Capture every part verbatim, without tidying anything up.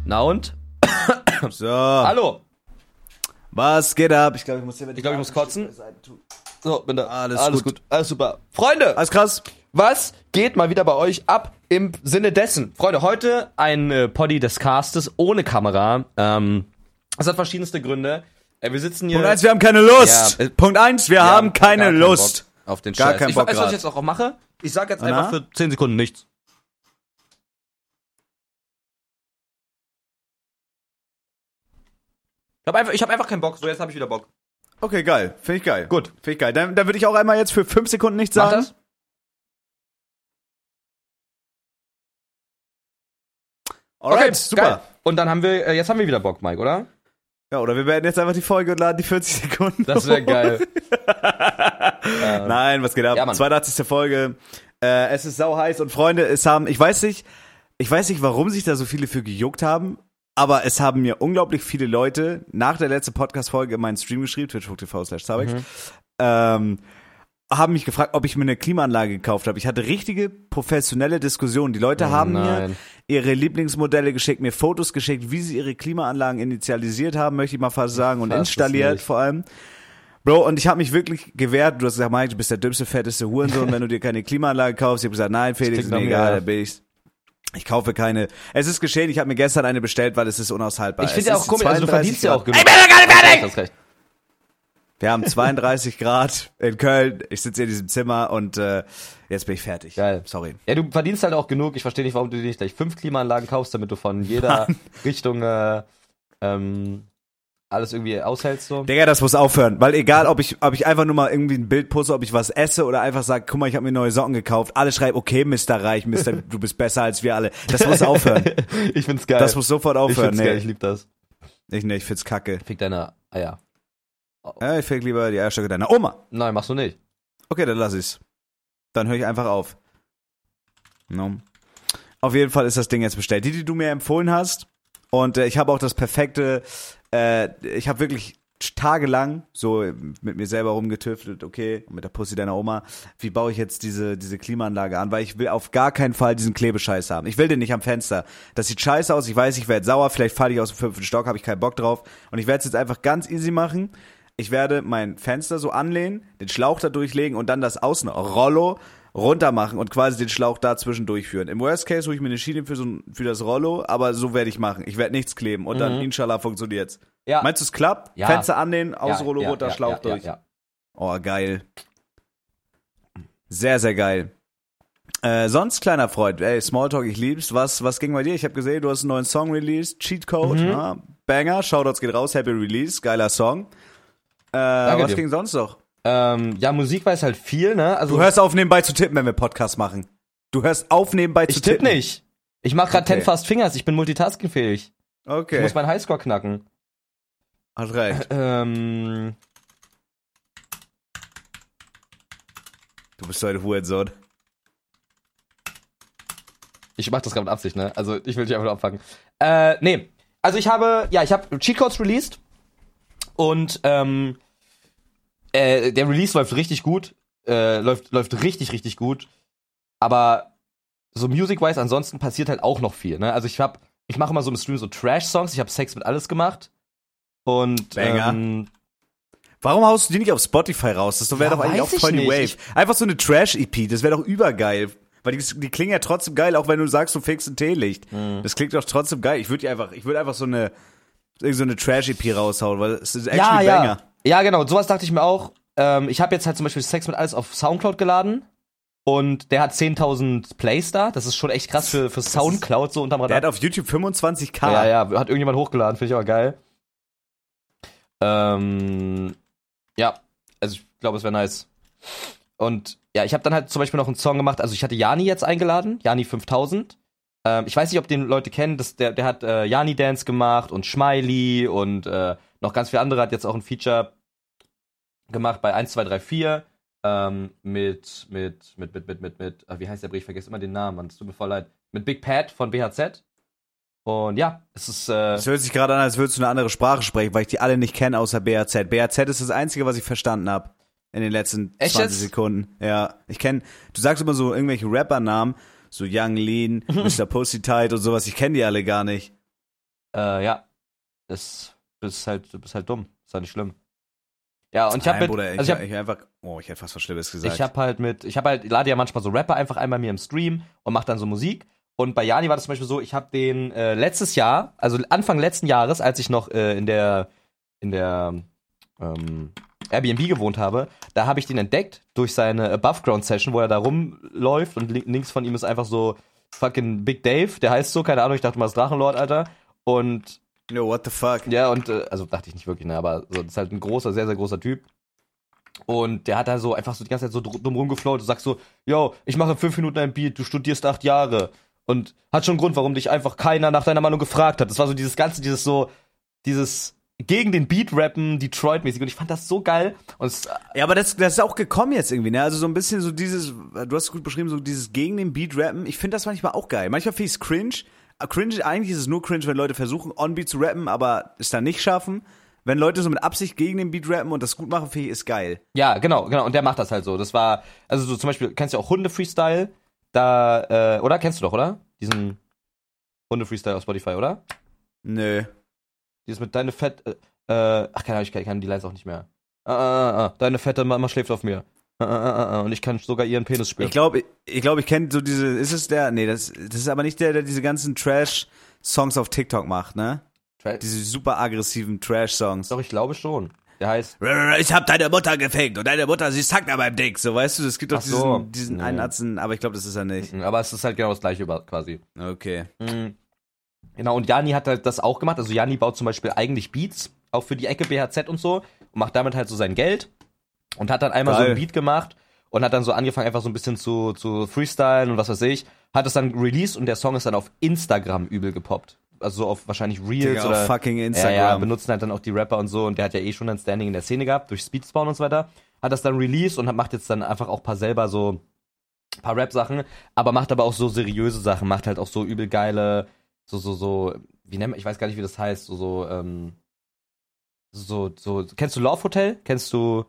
Na und? So. Hallo. Was geht ab? Ich glaube, ich muss hier mit Ich glaube, ich muss kotzen. So, bin da. Alles, Alles gut. gut. Alles super. Freunde, Alles krass. was geht mal wieder bei euch ab im Sinne dessen? Freunde, heute ein äh, Poddy des Castes ohne Kamera. Ähm, das hat verschiedenste Gründe. Äh, wir sitzen hier... Punkt eins, wir haben keine Lust. Ja, äh, Punkt eins, wir, wir haben keine gar Lust. Bock auf den Gar Scheiß. keinen Ich Bock weiß, was ich grad. jetzt auch mache. Ich sag jetzt Na? einfach für zehn Sekunden nichts. Ich hab einfach, ich hab einfach keinen Bock. So, jetzt habe ich wieder Bock. Okay, geil. Finde ich geil. Gut. Finde ich geil. Dann, dann würde ich auch einmal jetzt für fünf Sekunden nichts Mach sagen. das. Alright, Okay, super. geil. Und dann haben wir, äh, jetzt haben wir wieder Bock, Mike, oder? Ja, oder wir beenden jetzt einfach die Folge und laden die vierzig Sekunden. Das wäre geil. äh, Nein, was geht ab? Ja, Mann. zweiundachtzigste Folge. Äh, es ist sau heiß und Freunde, es haben, ich weiß nicht, ich weiß nicht, warum sich da so viele für gejuckt haben, aber es haben mir unglaublich viele Leute nach der letzten Podcast-Folge in meinen Stream geschrieben, twitch.tv slash Zabex, Mhm. ähm, haben mich gefragt, ob ich mir eine Klimaanlage gekauft habe. Ich hatte richtige professionelle Diskussionen. Die Leute Oh haben nein. mir ihre Lieblingsmodelle geschickt, mir Fotos geschickt, wie sie ihre Klimaanlagen initialisiert haben, möchte ich mal fast sagen, und Fass es installiert nicht. vor allem. Bro, und ich habe mich wirklich gewehrt. Du hast gesagt, Mike, du bist der dümmste, fetteste Hurensohn, wenn du dir keine Klimaanlage kaufst. Ich habe gesagt, nein, Felix, klingt ist nach mir mir, egal, ja. da bin ich. Ich kaufe keine. Es ist geschehen, ich habe mir gestern eine bestellt, weil es ist unaushaltbar. Ich Es finde ja ist auch komisch, also du zweiunddreißig verdienst ja auch Grad. genug. Ich bin doch gar nicht fertig! Du hast recht. Wir haben zweiunddreißig Grad in Köln. Ich sitze in diesem Zimmer und äh, jetzt bin ich fertig. Geil. Sorry. Ja, du verdienst halt auch genug. Ich verstehe nicht, warum du dir nicht gleich fünf Klimaanlagen kaufst, damit du von jeder Richtung äh, ähm, alles irgendwie aushältst. So. Digga, das muss aufhören, weil egal, ob ich ob ich einfach nur mal irgendwie ein Bild poste, ob ich was esse oder einfach sage, guck mal, ich habe mir neue Socken gekauft. Alle schreiben, okay, Mister Reich, Mister, du bist besser als wir alle. Das muss aufhören. Ich find's geil. Das muss sofort ich aufhören. find's Nee, geil, ich lieb das. ich nicht, ich find's kacke. Fick deine Eier. Ja, ich fick lieber die Eierstöcke deiner Oma. Nein, machst du nicht. Okay, dann lass ich's. Dann höre ich einfach auf. No. Auf jeden Fall ist das Ding jetzt bestellt. Die, die du mir empfohlen hast. Und äh, ich habe auch das perfekte, äh, ich habe wirklich tagelang so mit mir selber rumgetüftelt, okay, mit der Pussy deiner Oma, wie baue ich jetzt diese diese Klimaanlage an, weil ich will auf gar keinen Fall diesen Klebescheiß haben. Ich will den nicht am Fenster. Das sieht scheiße aus, ich weiß, ich werde sauer, vielleicht falle ich aus dem fünften Stock, habe ich keinen Bock drauf. Und ich werde es jetzt einfach ganz easy machen. Ich werde mein Fenster so anlehnen, den Schlauch da durchlegen und dann das Außenrollo runter machen und quasi den Schlauch dazwischen durchführen. Im Worst Case hole ich mir eine Schiene für so ein, für das Rollo, aber so werde ich machen. Ich werde nichts kleben und dann Mhm. inshallah funktioniert's. Ja. Meinst du, es klappt? Ja. Fenster anlehnen, Außenrollo ja, runter, ja, Schlauch ja, durch. Ja, ja. Oh, geil. Sehr, sehr geil. Äh, sonst, kleiner Freund, ey, Smalltalk, ich lieb's. Was, was ging bei dir? Ich habe gesehen, du hast einen neuen Song released, Cheat Code, Mhm. na, Banger, Shoutouts geht raus, Happy Release, geiler Song. Äh, was dir. ging sonst noch? Ähm, ja, Musik weiß halt viel, ne? Also Du hörst auf, nebenbei zu tippen, wenn wir Podcast machen. Du hörst auf, nebenbei zu ich tipp tippen. nicht. Ich mach grad Okay. Ten Fast Fingers, ich bin multitaskingfähig. Ich Okay, muss meinen Highscore knacken. hast recht. Ähm, Du bist so ein Hurensohn. ich mach das gerade mit Absicht, ne? Also, ich will dich einfach nur abfangen. Äh, nee. Also, ich habe, ja, ich habe Cheatcodes released. Und, ähm, äh, der Release läuft richtig gut. Äh, läuft, läuft richtig, richtig gut. Aber so music-wise ansonsten passiert halt auch noch viel, ne? Also, ich hab, ich mache immer so im Stream so Trash-Songs. Ich habe Sex mit alles gemacht. Und, Banger. ähm, Warum haust du die nicht auf Spotify raus? Das wäre Ja, doch eigentlich auch weiß ich voll die nicht. Wave. Ich- Einfach so eine Trash-E P, das wäre doch übergeil. Weil die, die klingen ja trotzdem geil, auch wenn du sagst, du fixst ein Teelicht. Mhm. Das klingt doch trotzdem geil. Ich würde die einfach, ich würde einfach so eine, irgend so eine Trash-E P raushauen, weil es ist ja, actually ja. Banger. Ja, genau. Sowas dachte ich mir auch. Ähm, ich habe jetzt halt zum Beispiel Sex mit alles auf Soundcloud geladen. Und der hat zehntausend Plays da. Das ist schon echt krass für, für Soundcloud so unterm Der hat Radar. auf YouTube fünfundzwanzig K. Ja, ja, hat irgendjemand hochgeladen. Finde ich aber geil. Ähm, ja, also ich glaube, es wäre nice. Und ja, ich habe dann halt zum Beispiel noch einen Song gemacht. Also ich hatte Jani jetzt eingeladen. Jani fünftausend. Ähm, ich weiß nicht, ob den Leute kennen. Das, der, der hat äh, Jani Dance gemacht und Schmeili und äh, noch ganz viele andere. Hat jetzt auch ein Feature gemacht bei eins, zwei, drei, vier. Ähm, mit, mit, mit, mit, mit, mit, mit, äh, wie heißt der Brief? Ich vergesse immer den Namen, Mann. Es tut mir voll leid. Mit Big Pat von B H Z. Und ja, es ist, äh, Es hört sich gerade an, als würdest du eine andere Sprache sprechen, weil ich die alle nicht kenne außer B H Z. B H Z ist das Einzige, was ich verstanden habe in den letzten Echt zwanzig jetzt? Sekunden. Ja, ich kenne, du sagst immer so irgendwelche Rapper-Namen, so Young Lean, Mister Pussy Tight und sowas. Ich kenne die alle gar nicht. Äh, ja. Das ist halt, du bist halt dumm. Ist halt nicht schlimm. Ja, und ich hab Nein, mit, Bruder, ich, also ich hab, ich einfach, oh, ich hätte fast was Schlimmes gesagt. ich hab halt mit, ich hab halt, lade ja manchmal so Rapper einfach ein bei mir im Stream und mach dann so Musik. Und bei Jani war das zum Beispiel so, ich habe den äh, letztes Jahr, also Anfang letzten Jahres, als ich noch äh, in der, in der ähm, Airbnb gewohnt habe, da habe ich den entdeckt durch seine Above-Ground-Session, wo er da rumläuft und link- links von ihm ist einfach so fucking Big Dave, der heißt so, keine Ahnung, ich dachte mal, das ist Drachenlord, Alter. Und No, what the fuck? ja, und äh, also dachte ich nicht wirklich, ne, aber so, das ist halt ein großer, sehr, sehr großer Typ. Und der hat da so einfach so die ganze Zeit so dr- dumm rumgeflowt. Du sagst so, yo, ich mache in fünf Minuten ein Beat, du studierst acht Jahre. Und hat schon einen Grund, warum dich einfach keiner nach deiner Meinung gefragt hat. Das war so dieses ganze, dieses so, dieses gegen den Beat rappen, Detroit-mäßig. Und ich fand das so geil. Und es, Ja, aber das, das ist auch gekommen jetzt irgendwie, ne? Also so ein bisschen so dieses, du hast es gut beschrieben, so dieses gegen den Beat rappen. Ich finde das manchmal auch geil. Manchmal finde ich es cringe. Cringe, eigentlich ist es nur cringe, wenn Leute versuchen, on Beat zu rappen, aber es dann nicht schaffen. Wenn Leute so mit Absicht gegen den Beat rappen und das gut machen, finde ich, ist geil. ja, genau, genau. Und der macht das halt so. Das war, also so zum Beispiel, kennst du auch Hunde-Freestyle? Da, äh, oder? Kennst du doch, oder? Diesen Hunde-Freestyle auf Spotify, oder? Nö. Dieses mit deine Fett, äh, äh, ach, keine Ahnung, ich kann, ich kann die Lines auch nicht mehr. Ah, ah, ah, ah, deine fette Mama schläft auf mir. Ah, ah, ah, ah, und ich kann sogar ihren Penis spüren. Ich glaube, ich, ich, glaub, ich kenne so diese, ist es der? Nee, das, das ist aber nicht der, der diese ganzen Trash-Songs auf TikTok macht, ne? Tra- Diese super aggressiven Trash-Songs. Doch, ich glaube schon. Der heißt, Ich hab deine Mutter gefickt und deine Mutter, sie sackt an meinem Dick. So, weißt du, es gibt doch Ach so. diesen, diesen Nee. einen Atzen, aber ich glaube, das ist er nicht. aber es ist halt genau das gleiche über- quasi. Okay. Mhm. Genau, und Jani hat halt das auch gemacht. Also Jani baut zum Beispiel eigentlich Beats, auch für die Ecke B H Z und so, und macht damit halt so sein Geld. Und hat dann einmal Geil. so ein Beat gemacht und hat dann so angefangen, einfach so ein bisschen zu, zu freestylen und was weiß ich. Hat es dann released und der Song ist dann auf Instagram übel gepoppt. Also so auf wahrscheinlich Reels Digga, oder auf fucking Ja, ja, Instagram. benutzen halt dann auch die Rapper und so und der hat ja eh schon ein Standing in der Szene gehabt, durch Speedspawn und so weiter. Hat das dann released und hat, macht jetzt dann einfach auch ein paar selber so ein paar Rap-Sachen, aber macht aber auch so seriöse Sachen, macht halt auch so übel geile, so, so, so, wie nennt man, ich weiß gar nicht, wie das heißt, so, so, ähm, so, so, kennst du Love Hotel? Kennst du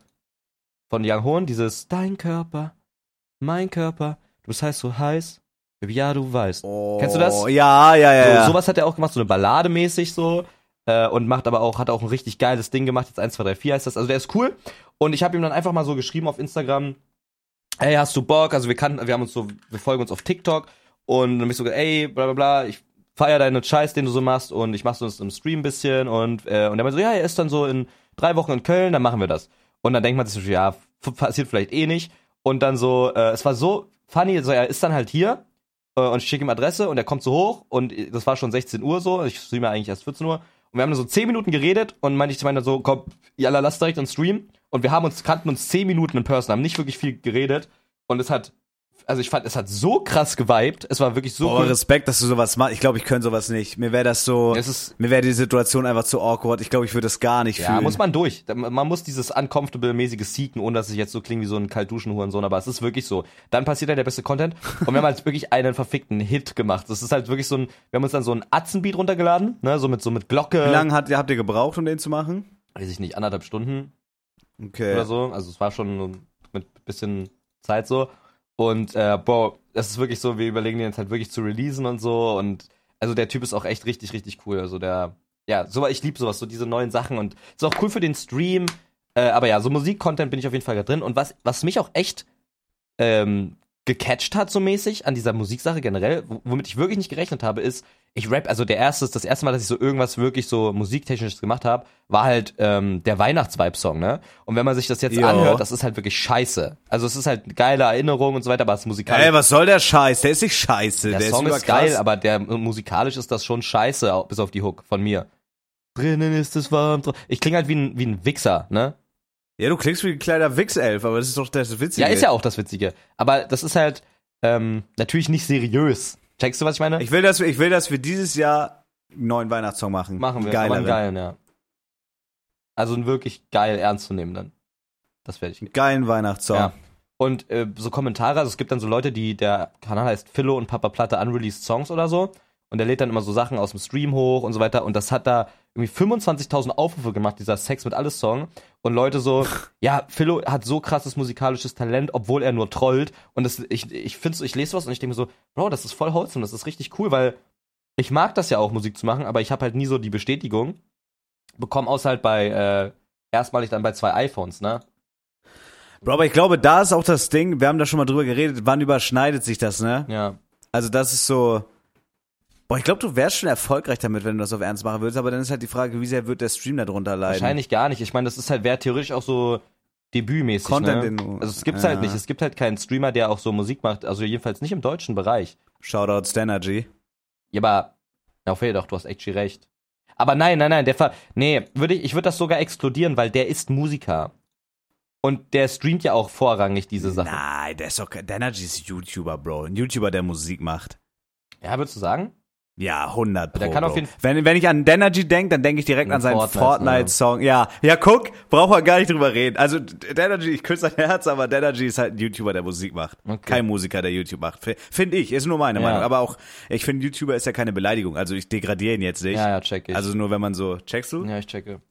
von Young Hoon dieses Dein Körper, mein Körper, du bist heiß, so heiß, Baby, ja, du weißt. Oh, Kennst du das? Ja, ja, ja. So, ja. sowas hat er auch gemacht, so eine Ballade mäßig so. Äh, und macht aber auch, hat auch ein richtig geiles Ding gemacht. Jetzt eins, zwei, drei, vier heißt das. Also der ist cool. Und ich habe ihm dann einfach mal so geschrieben auf Instagram, hey, hast du Bock? Also wir kannten, wir haben uns so, wir folgen uns auf TikTok. Und dann hab ich so gesagt, ey, bla bla bla, ich feier deinen Scheiß, den du so machst. Und ich mach so das im Stream ein bisschen. Und, äh, und er meinte so, ja, er ist dann so in drei Wochen in Köln, dann machen wir das. Und dann denkt man sich so, ja, f- passiert vielleicht eh nicht. Und dann so, äh, es war so funny, so er ist dann halt hier. Und ich schicke ihm Adresse und er kommt so hoch und das war schon sechzehn Uhr so, ich streame eigentlich erst vierzehn Uhr und wir haben dann so zehn Minuten geredet und meinte ich zu meiner so, komm, jalla, lass direkt uns streamen und wir haben uns, kannten uns zehn Minuten in Person, haben nicht wirklich viel geredet und es hat, also ich fand, es hat so krass geweibt, es war wirklich so Boah, cool. Respekt, dass du sowas machst. Ich glaube, ich könnte sowas nicht. Mir wäre das so, Es ist, mir wäre die Situation einfach zu awkward. Ich glaube, ich würde das gar nicht ja, fühlen. muss man durch. Man muss dieses uncomfortable-mäßige seeken, ohne dass ich jetzt so klinge wie so ein Kaltduschenhurensohn, aber es ist wirklich so. Dann passiert dann der beste Content und wir haben halt wirklich einen verfickten Hit gemacht. Das ist halt wirklich so ein, wir haben uns dann so ein Atzenbeat runtergeladen, ne, so mit, so mit Glocke. Wie lange hat, habt ihr gebraucht, um den zu machen? Weiß ich nicht, anderthalb Stunden Okay. oder so. Also es war schon mit bisschen Zeit so. Und äh, boah, das ist wirklich so, wir überlegen den jetzt halt wirklich zu releasen und so. Und also der Typ ist auch echt richtig, richtig cool. Also der, ja, so, ich liebe sowas, so diese neuen Sachen. Und ist auch cool für den Stream. Äh, aber ja, so Musik-Content bin ich auf jeden Fall da drin. Und was, was mich auch echt ähm, gecatcht hat, so mäßig, an dieser Musiksache generell, w- womit ich wirklich nicht gerechnet habe, ist, ich rap, also der erste, das erste Mal, dass ich so irgendwas wirklich so musiktechnisches gemacht habe, war halt ähm, der Weihnachts-Vibe-Song, ne? Und wenn man sich das jetzt Jo. anhört, das ist halt wirklich scheiße. Also es ist halt eine geile Erinnerung und so weiter, aber es ist musikalisch. Ey, was soll der Scheiß? Der ist nicht scheiße. der, der Song ist, ist geil, aber der musikalisch ist das schon scheiße, au- bis auf die Hook von mir. Drinnen ist es warm. dr- Ich klinge halt wie ein, wie ein Wichser, ne? Ja, du klingst wie ein kleiner Wichself, aber das ist doch das Witzige. Ja, ist ja auch das Witzige. Aber das ist halt ähm, natürlich nicht seriös. Checkst du, was ich meine? Ich will, dass wir, ich will, dass wir dieses Jahr einen neuen Weihnachtssong machen. Machen wir, Geileren. aber einen geilen, ja. Also einen wirklich geil ernst zu nehmen dann. Das werde ich. Einen geilen Weihnachtssong. Ja. Und äh, so Kommentare, also es gibt dann so Leute, die, der Kanal heißt Philo und Papa Platte Unreleased Songs oder so. Und der lädt dann immer so Sachen aus dem Stream hoch und so weiter. Und das hat da irgendwie fünfundzwanzigtausend Aufrufe gemacht, dieser Sex mit alles Song. Und Leute so, ja, Philo hat so krasses musikalisches Talent, obwohl er nur trollt. Und das, ich, ich finde so, ich lese was und ich denke mir so, Bro, das ist voll wholesome, das ist richtig cool, weil ich mag das ja auch, Musik zu machen, aber ich habe halt nie so die Bestätigung bekommen, außer halt bei, äh, erstmalig dann bei zwei iPhones, ne? Bro, aber ich glaube, da ist auch das Ding, wir haben da schon mal drüber geredet, wann überschneidet sich das, ne? Ja. Also das ist so, boah, ich glaube, du wärst schon erfolgreich damit, wenn du das auf Ernst machen würdest, aber dann ist halt die Frage, wie sehr wird der Stream darunter leiden? Wahrscheinlich gar nicht. Ich meine, das ist halt, wäre theoretisch auch so debütmäßig, Content, ne? den du, Also es gibt's ja. halt nicht. Es gibt halt keinen Streamer, der auch so Musik macht, also jedenfalls nicht im deutschen Bereich. Shoutout Stanergy. Ja, aber, ja, okay, doch, du hast actually recht. Aber nein, nein, nein, der Fall, nee, würde ich, ich würde das sogar exkludieren, weil der ist Musiker. Und der streamt ja auch vorrangig diese Sachen. Nein, der ist doch, Danergy ist YouTuber, Bro. Ein YouTuber, der Musik macht. Ja, würdest du sagen? Ja, hundert Pro, Der kann Bro. auf jeden wenn, wenn ich an Danergy denke, dann denke ich direkt An an seinen Fortnite, Fortnite-Song. Ja, ja, guck, braucht man gar nicht drüber reden. Also, Danergy, ich küsse sein Herz, aber Danergy ist halt ein YouTuber, der Musik macht. Okay. Kein Musiker, der YouTube macht. Finde ich, ist nur meine Ja. Meinung. Aber auch, ich finde, YouTuber ist ja keine Beleidigung. Also, ich degradiere ihn jetzt nicht. Ja, ja, check ich. Also, nur wenn man so, checkst du? ja, ich checke.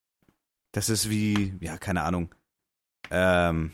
Das ist wie, ja, keine Ahnung. Ähm,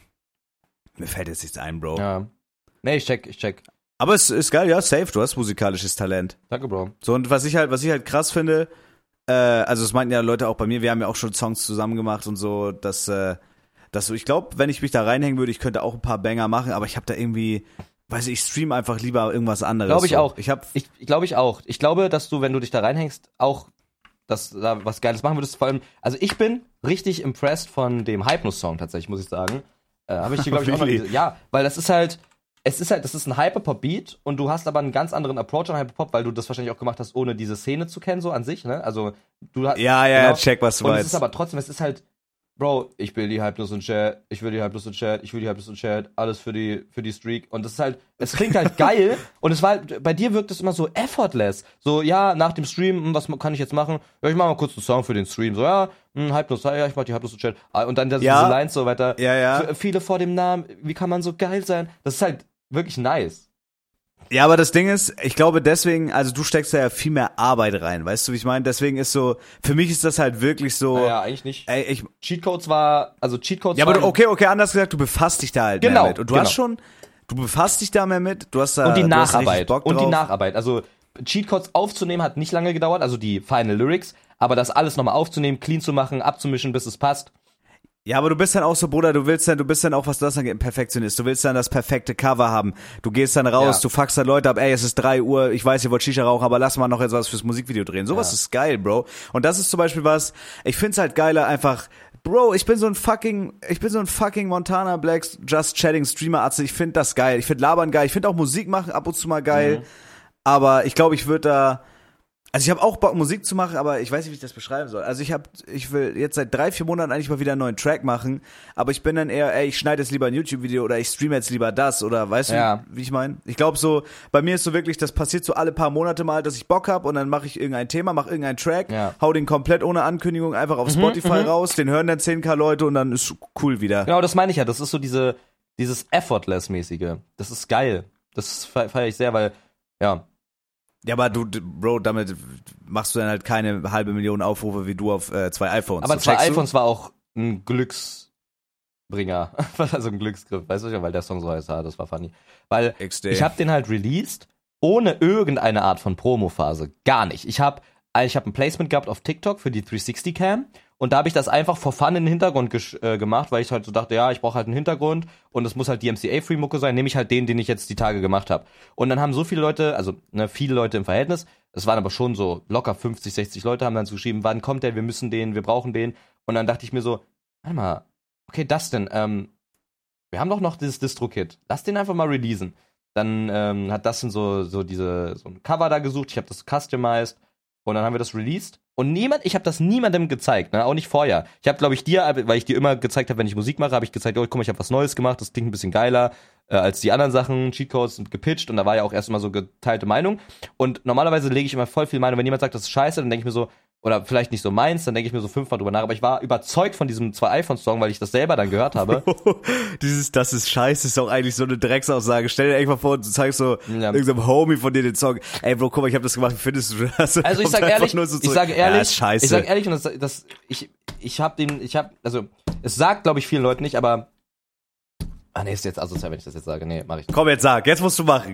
mir fällt jetzt nichts ein, Bro. Ja. Nee, ich check, ich check. Aber es ist geil, ja, safe, du hast musikalisches Talent. Danke, Bro. So, und was ich halt, was ich halt krass finde, äh, also das meinten ja Leute auch bei mir, wir haben ja auch schon Songs zusammen gemacht und so, dass, äh, dass so, ich glaube, wenn ich mich da reinhängen würde, ich könnte auch ein paar Banger machen, aber ich habe da irgendwie, weiß ich, ich stream einfach lieber irgendwas anderes. Glaube ich so. auch. Ich hab, Ich, ich glaube ich auch. Ich glaube, dass du, wenn du dich da reinhängst, auch dass da was Geiles machen würdest. Vor allem, also ich bin richtig impressed von dem Hypno-Song tatsächlich, muss ich sagen. Äh, habe ich dir, glaube ich, auch noch Really? diese, ja, weil das ist halt, es ist halt, das ist ein Hyperpop-Beat und du hast aber einen ganz anderen Approach an Hyperpop, weil du das wahrscheinlich auch gemacht hast, ohne diese Szene zu kennen, so an sich, ne? Also, du hast. ja, ja, genau. check, was du Und es meinst. ist aber trotzdem, es ist halt, Bro, ich will die Hypnos und Chat, ich will die Hypnos und Chat, ich will die Hypnos und Chat, alles für die, für die Streak. Und das ist halt, es klingt halt geil. Und es war halt, bei dir wirkt es immer so effortless. So, ja, nach dem Stream, hm, was kann ich jetzt machen? Ja, ich mach mal kurz einen Song für den Stream. So, ja, hm, Hypnos, ja, ich mach die Hypnos und Chat. Ah, und dann das, Ja. diese Lines so weiter. Ja, ja. F- Viele vor dem Namen, wie kann man so geil sein? Das ist halt wirklich nice. Ja, aber das Ding ist, ich glaube deswegen, also du steckst da ja viel mehr Arbeit rein, weißt du, wie ich meine? Deswegen ist so, für mich ist das halt wirklich so, Naja, eigentlich nicht. ey, ich, Cheatcodes war, also Cheatcodes ja, aber waren, du, okay, okay, anders gesagt, du befasst dich da halt Genau, mehr mit. Und du genau. hast schon, du befasst dich da mehr mit, du hast da, und die du hast richtig Nacharbeit. Bock Und die drauf. Nacharbeit. Also Cheatcodes aufzunehmen hat nicht lange gedauert, also die Final Lyrics, aber das alles nochmal aufzunehmen, clean zu machen, abzumischen, bis es passt. Ja, aber du bist dann auch so, Bruder, du willst dann, du bist dann auch, was das angeht, ein Perfektionist. Du willst dann das perfekte Cover haben. Du gehst dann raus, Ja. du fuckst dann Leute ab, ey, es ist drei Uhr, ich weiß, ihr wollt Shisha rauchen, aber lass mal noch jetzt was fürs Musikvideo drehen. Sowas Ja. ist geil, Bro. Und das ist zum Beispiel was, ich find's halt geiler, einfach, Bro, ich bin so ein fucking, ich bin so ein fucking Montana Blacks Just Chatting Streamer Arzt. Ich find das geil. Ich find Labern geil. Ich find auch Musik machen ab und zu mal geil. Mhm. Aber ich glaube, ich würde da, also ich habe auch Bock, Musik zu machen, aber ich weiß nicht, wie ich das beschreiben soll. Also ich habe, ich will jetzt seit drei, vier Monaten eigentlich mal wieder einen neuen Track machen, aber ich bin dann eher, ey, ich schneide jetzt lieber ein YouTube-Video oder ich streame jetzt lieber das oder weißt Ja. du, wie ich meine? Ich glaube so, bei mir ist so wirklich, das passiert so alle paar Monate mal, dass ich Bock habe und dann mache ich irgendein Thema, mache irgendeinen Track, Ja. hau den komplett ohne Ankündigung einfach auf Spotify raus, den hören dann zehn K Leute und dann ist cool wieder. Genau, das meine ich ja. Das ist so diese, dieses Effortless-mäßige. Das ist geil. Das fe- feiere ich sehr, weil, ja. Ja, aber du, du- Bro, damit machst du dann halt keine halbe Million Aufrufe wie du auf äh, zwei iPhones. Aber So, zwei checkst du? iPhones war auch ein Glücksbringer. Also ein Glücksgriff, weißt du, weil der Song so heißt, ja, das war funny. Weil X D. ich habe den halt released, ohne irgendeine Art von Promo-Phase. Gar nicht. Ich habe ich hab ein Placement gehabt auf TikTok für die dreihundertsechzig Cam und da habe ich das einfach for fun in den Hintergrund gesch- äh, gemacht, weil ich halt so dachte, ja, ich brauche halt einen Hintergrund und es muss halt D M C A-Free-Mucke sein, nehme ich halt den, den ich jetzt die Tage gemacht habe. Und dann haben so viele Leute, also ne, viele Leute im Verhältnis, es waren aber schon so locker fünfzig, sechzig Leute, haben dann so geschrieben, wann kommt der, wir müssen den, wir brauchen den. Und dann dachte ich mir so, warte mal, okay, das denn, ähm, wir haben doch noch dieses Distro-Kit, lass den einfach mal releasen. Dann ähm, hat Dustin so, so diese, so ein Cover da gesucht, ich habe das customized und dann haben wir das released und niemand, ich habe das niemandem gezeigt, ne, auch nicht vorher. Ich habe, glaube ich, dir, weil ich dir immer gezeigt habe, wenn ich Musik mache, habe ich gezeigt, oh, guck mal, ich habe was Neues gemacht, das klingt ein bisschen geiler äh, als die anderen Sachen, Cheatcodes sind gepitcht und da war ja auch erstmal so geteilte Meinung und normalerweise lege ich immer voll viel Meinung, wenn jemand sagt, das ist scheiße, dann denke ich mir so, oder vielleicht nicht so meins, dann denke ich mir so fünfmal drüber nach, aber ich war überzeugt von diesem zwei iPhone-Song, weil ich das selber dann gehört habe. Dieses, das ist scheiße, ist auch eigentlich so eine Drecksaussage. Stell dir einfach vor, du zeigst so Ja. irgendeinem Homie von dir den Song. Ey, Bro, guck mal, ich hab das gemacht, wie findest du das? Also ich Kommt sag einfach ehrlich, nur so ich zurück, sage ehrlich, ja, ist scheiße. ich sag ehrlich und das, das ich ich habe den, ich habe, also es sagt, glaube ich, vielen Leuten nicht, aber ah nee, ist jetzt asozial, wenn ich das jetzt sage, nee, mach ich nicht. Komm, jetzt sag, jetzt musst du machen.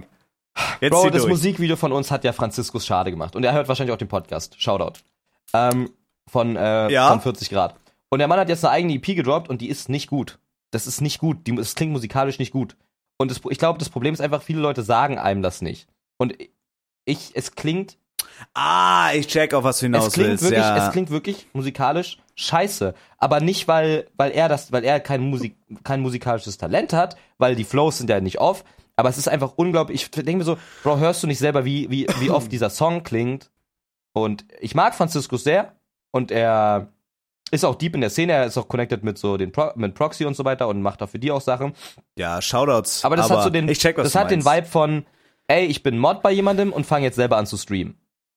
Jetzt Bro, zieh das durch. Musikvideo von uns hat ja Franziskus Schade gemacht. Und er hört wahrscheinlich auch den Podcast. Shoutout. Ähm, von, äh, Ja. von vierzig Grad. Und der Mann hat jetzt eine eigene E P gedroppt und die ist nicht gut. Das ist nicht gut. Die, es klingt musikalisch nicht gut. Und das, ich glaube, das Problem ist einfach, viele Leute sagen einem das nicht. Und ich, es klingt, Ah, ich check, auf was du hinaus es klingt willst. wirklich, ja. es klingt wirklich musikalisch scheiße. Aber nicht, weil, weil er das, weil er kein Musik, kein musikalisches Talent hat, weil die Flows sind ja nicht off. Aber es ist einfach unglaublich. Ich denke mir so, Bro, hörst du nicht selber, wie, wie, wie oft dieser Song klingt? Und ich mag Franziskus sehr. Und er ist auch deep in der Szene. Er ist auch connected mit so den Pro, mit Proxy und so weiter und macht auch für die auch Sachen. Ja, Shoutouts. Aber das hat so den, ich check, was das du hat den meinst. Vibe von, ey, ich bin Mod bei jemandem und fange jetzt selber an zu streamen.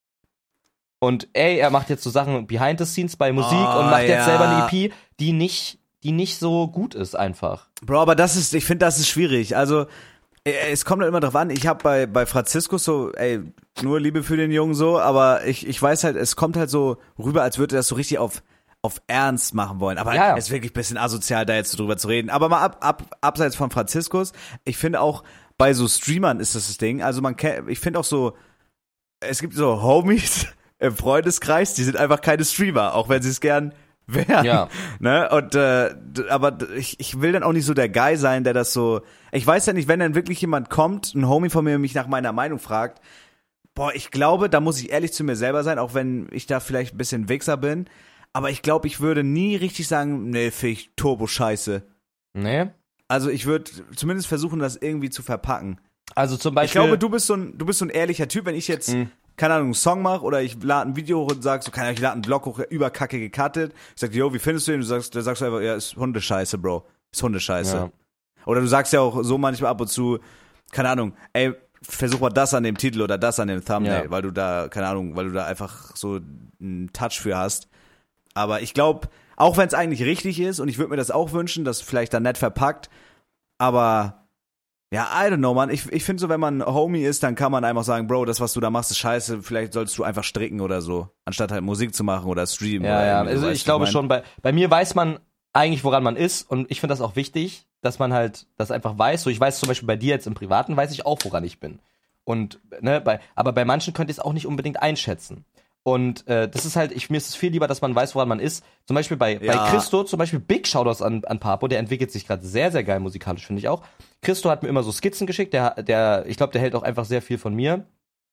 Und ey, er macht jetzt so Sachen behind the scenes bei Musik Oh, und macht jetzt ja. selber eine E P, die nicht, die nicht so gut ist einfach. Bro, aber das ist, ich finde, das ist schwierig. Also, äh, es kommt halt immer drauf an. Ich habe bei, bei Franziskus so, ey, nur Liebe für den Jungen so, aber ich, ich weiß halt, es kommt halt so rüber, als würde er das so richtig auf, auf Ernst machen wollen. Aber Ja, ja. es ist wirklich ein bisschen asozial, da jetzt so drüber zu reden. Aber mal ab, ab, abseits von Franziskus, ich finde auch, bei so Streamern ist das das Ding. Also man kennt, ich finde auch so, es gibt so Homies im Freundeskreis, die sind einfach keine Streamer, auch wenn sie es gern wären. Ja. Ne? Und äh, d- aber d- ich, ich will dann auch nicht so der Guy sein, der das so. Ich weiß ja nicht, wenn dann wirklich jemand kommt, ein Homie von mir mich nach meiner Meinung fragt, boah, ich glaube, da muss ich ehrlich zu mir selber sein, auch wenn ich da vielleicht ein bisschen Wichser bin. Aber ich glaube, ich würde nie richtig sagen, nee, finde ich Turbo scheiße. Nee. Also ich würde zumindest versuchen, das irgendwie zu verpacken. Also zum Ich Beispiel. glaube, du bist so ein, du bist so ein ehrlicher Typ, wenn ich jetzt, Mhm. keine Ahnung, einen Song mache oder ich lade ein Video hoch und sag so, keine Ahnung, ich lade einen Blog hoch, überkacke gecuttet. Ich sag dir, yo, wie findest du den? Du sagst, da sagst du einfach, ja, ist Hundescheiße, Bro. Ist Hundescheiße. Ja. Oder du sagst ja auch so manchmal ab und zu, keine Ahnung, ey, versuch mal das an dem Titel oder das an dem Thumbnail, Ja. weil du da, keine Ahnung, weil du da einfach so einen Touch für hast. Aber ich glaube, auch wenn es eigentlich richtig ist und ich würde mir das auch wünschen, dass vielleicht dann nett verpackt, aber ja, I don't know, man. Ich, ich finde so, wenn man Homie ist, dann kann man einfach sagen, Bro, das, was du da machst, ist scheiße. Vielleicht solltest du einfach stricken oder so, anstatt halt Musik zu machen oder streamen. Ja, oder ja. irgendwie so, Also weißt ich du, glaube mein? schon, bei, bei mir weiß man eigentlich, woran man ist. Und ich finde das auch wichtig, dass man halt das einfach weiß. So, ich weiß zum Beispiel bei dir jetzt im Privaten, weiß ich auch, woran ich bin. Und, ne, bei, aber bei manchen könnt ihr es auch nicht unbedingt einschätzen. Und äh, das ist halt, ich, mir ist es viel lieber, dass man weiß, woran man ist. Zum Beispiel bei, Ja. bei Christo, zum Beispiel Big Shoutouts an, an Papo, der entwickelt sich gerade sehr, sehr geil musikalisch, finde ich auch. Christo hat mir immer so Skizzen geschickt, der, der, ich glaube, der hält auch einfach sehr viel von mir.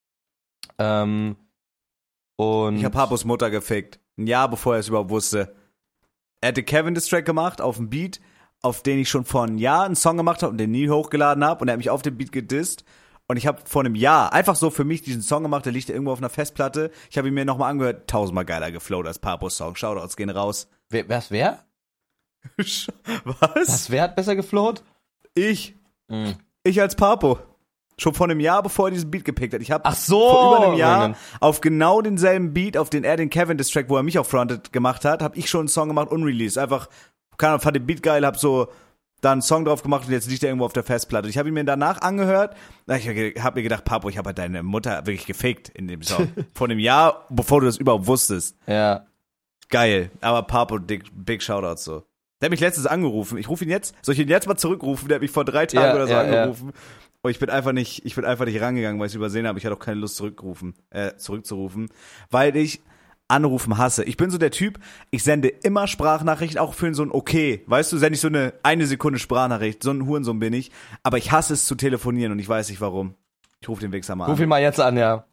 Ähm, und Ich habe Papos Mutter gefickt. Ein Jahr bevor er es überhaupt wusste. Er hatte Kevin Diss Track gemacht auf dem Beat, auf den ich schon vor einem Jahr einen Song gemacht habe und den nie hochgeladen habe. Und er hat mich auf dem Beat gedisst. Und ich habe vor einem Jahr einfach so für mich diesen Song gemacht, der liegt irgendwo auf einer Festplatte. Ich habe ihn mir nochmal angehört, tausendmal geiler geflowt als Papos Song. Shoutouts gehen raus. wer, was, wer? Was? Was, wer hat besser gefloht? Ich. Mhm. Ich als Papo. Schon vor einem Jahr, bevor er diesen Beat gepickt hat. Ich habe Ach so! vor über einem Jahr Raymond. auf genau denselben Beat, auf den er den Kevin Diss Track, wo er mich auch fronted gemacht hat, habe ich schon einen Song gemacht, unreleased. Einfach, keine Ahnung, fand den Beat geil, hab so da einen Song drauf gemacht und jetzt liegt er irgendwo auf der Festplatte. Ich habe ihn mir danach angehört. Ich habe mir gedacht, Papo, ich habe halt deine Mutter wirklich gefickt in dem Song. Vor einem Jahr, bevor du das überhaupt wusstest. Ja. Geil. Aber Papo, big, big Shoutouts so. Der hat mich letztens angerufen. Ich rufe ihn jetzt, soll ich ihn jetzt mal zurückrufen? Der hat mich vor drei Tagen Ja, oder so ja, angerufen. Und ich bin einfach nicht, ich bin einfach nicht rangegangen, weil ich es übersehen habe. Ich hatte auch keine Lust zurückrufen, äh, zurückzurufen, weil ich Anrufen hasse. Ich bin so der Typ, ich sende immer Sprachnachrichten, auch für so ein Okay. Weißt du, sende ich so eine eine Sekunde Sprachnachricht. So ein Hurensohn bin ich. Aber ich hasse es zu telefonieren und ich weiß nicht warum. Ich rufe den Wichser mal Ruf ihn an. mal jetzt an, ja.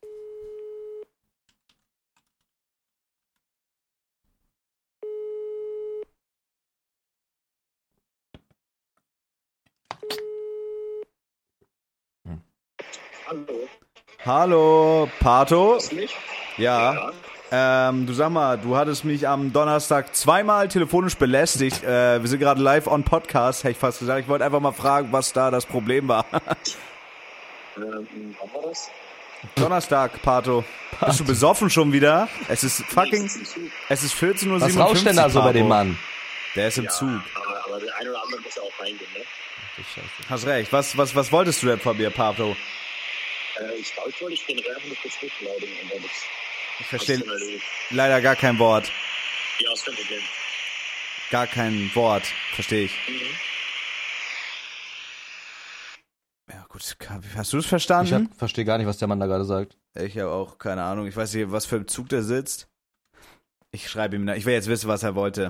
Hallo. Hallo, Pato. Hörst du mich? Ja. Ähm, du sag mal, du hattest mich am Donnerstag zweimal telefonisch belästigt. Äh, wir sind gerade live on Podcast, hätte ich fast gesagt. Ich wollte einfach mal fragen, was da das Problem war. Ähm, wann war das? Donnerstag, Pato. Bist du besoffen schon wieder? Es ist fucking, Nee, ist im Zug. es ist vierzehn Uhr Was siebenundfünfzig. rauscht denn da so bei dem Papo. Mann? Der ist im Ja, Zug. Aber, aber der eine oder andere muss ja auch reingehen, ne? Hast recht. Was, was, was wolltest du denn von mir, Pato? Äh, ich glaube, ich wollte dich generell einfach nur kurz hochbeleidigen und dann ist Ich das verstehe schon erledigt. leider gar kein Wort. Ja, ist kein Problem. Gar kein Wort. Verstehe ich. Mhm. Ja, gut, hast du es verstanden? Ich verstehe gar nicht, was der Mann da gerade sagt. Ich habe auch keine Ahnung. Ich weiß nicht, was für ein Zug der sitzt. Ich schreibe ihm, ich will jetzt wissen, was er wollte.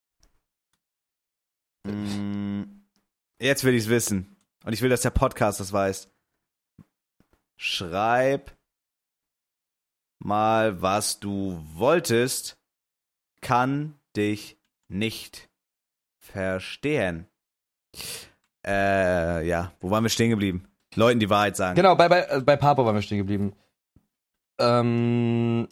Mm, jetzt will ich es wissen. Und ich will, dass der Podcast das weiß. Schreib mal, was du wolltest. Kann dich nicht verstehen. Äh, ja, wo waren wir stehen geblieben? Leuten die Wahrheit sagen. Genau, bei, bei, bei Papo waren wir stehen geblieben. Ähm.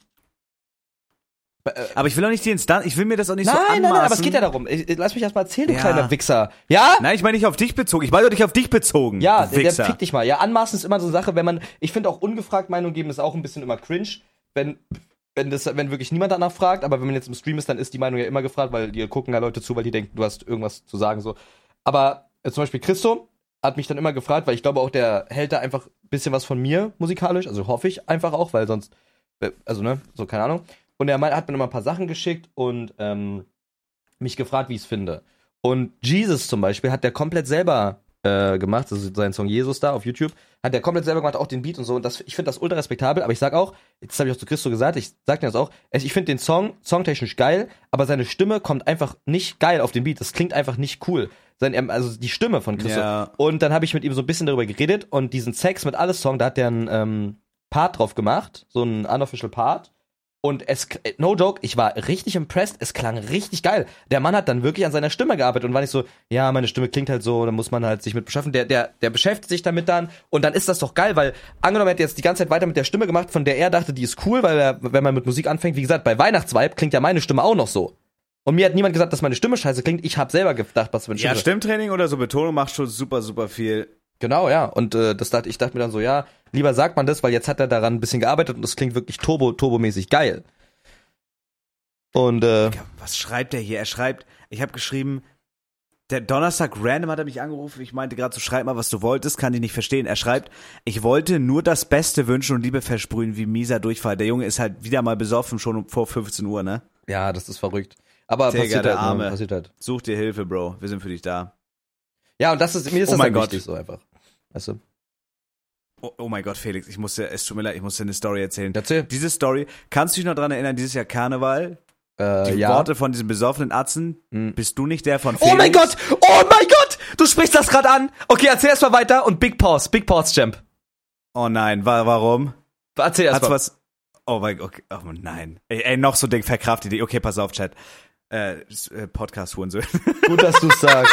Bei, äh, aber ich will auch nicht die Instanz, ich will mir das auch nicht nein, so anmaßen. Nein, nein, aber es geht ja darum. Ich, lass mich erst mal erzählen, du Ja. kleiner Wichser. Ja? Nein, ich meine nicht auf dich bezogen. Ich meine doch nicht auf dich bezogen. Ja, du der, der Wichser. fick dich mal. Ja, anmaßen ist immer so eine Sache, wenn man, ich finde auch ungefragt Meinung geben ist auch ein bisschen immer cringe, wenn, wenn das, wenn wirklich niemand danach fragt, aber wenn man jetzt im Stream ist, dann ist die Meinung ja immer gefragt, weil dir gucken ja Leute zu, weil die denken, du hast irgendwas zu sagen, so. Aber äh, zum Beispiel Christo hat mich dann immer gefragt, weil ich glaube auch, der hält da einfach ein bisschen was von mir musikalisch, also hoffe ich einfach auch, weil sonst, äh, also ne, so, keine Ahnung. Und er hat mir immer ein paar Sachen geschickt und ähm, mich gefragt, wie ich es finde. Und Jesus zum Beispiel hat der komplett selber äh, gemacht, also sein Song Jesus da auf YouTube, hat der komplett selber gemacht, auch den Beat und so. Und das, ich finde das ultra respektabel, aber ich sag auch, das habe ich auch zu Christo gesagt, ich sag dir das auch, ich finde den Song songtechnisch geil, aber seine Stimme kommt einfach nicht geil auf den Beat. Das klingt einfach nicht cool. Sein, also die Stimme von Christo. Ja. Und dann habe ich mit ihm so ein bisschen darüber geredet und diesen Sex mit alles Song, da hat der einen ähm, Part drauf gemacht, so einen unofficial Part. Und es, no joke, ich war richtig impressed, es klang richtig geil. Der Mann hat dann wirklich an seiner Stimme gearbeitet und war nicht so, ja, meine Stimme klingt halt so, da muss man halt sich mit beschaffen. Der, der, der beschäftigt sich damit dann und dann ist das doch geil, weil angenommen, er hätte jetzt die ganze Zeit weiter mit der Stimme gemacht, von der er dachte, die ist cool, weil er, wenn man mit Musik anfängt, wie gesagt, bei Weihnachtsvibe klingt ja meine Stimme auch noch so. Und mir hat niemand gesagt, dass meine Stimme scheiße klingt, ich habe selber gedacht, was für eine Stimme. Ja, Stimmtraining oder so Betonung macht schon super, super viel. Genau, ja. Und äh, das dachte, ich dachte mir dann so, ja, lieber sagt man das, weil jetzt hat er daran ein bisschen gearbeitet und das klingt wirklich turbo, turbomäßig geil. Und äh, was schreibt er hier? Er schreibt, ich habe geschrieben, der Donnerstag random hat er mich angerufen. Ich meinte gerade so, schreib mal, was du wolltest, kann ich nicht verstehen. Er schreibt, ich wollte nur das Beste wünschen und Liebe versprühen, wie mieser Durchfall. Der Junge ist halt wieder mal besoffen, schon vor fünfzehn Uhr, ne? ja, das ist verrückt. Aber Digga, passiert, der halt, Arme. ne? passiert halt. Such dir Hilfe, Bro. Wir sind für dich da. Ja, und das ist, mir ist Oh das mein halt Gott. wichtig so einfach. Weißt du? Oh, oh mein Gott, Felix, ich muss dir, es tut mir leid, ich muss dir eine Story erzählen. Erzähl. Diese Story, kannst du dich noch dran erinnern, dieses Jahr Karneval? Äh, Die ja. Worte von diesem besoffenen Atzen, Hm. bist du nicht der von Felix? Oh mein Gott! Oh mein Gott! Du sprichst das gerade an! Okay, erzähl erst mal weiter und Big Pause, Big Pause, Champ. Oh nein, wa warum? Erzähl erst Hat's mal. was? Oh mein Gott, oh nein. Ey, ey noch so Ding, verkraft die. Okay, pass auf, Chat. Äh, äh Podcast Hurensohn. Gut, dass du sagst.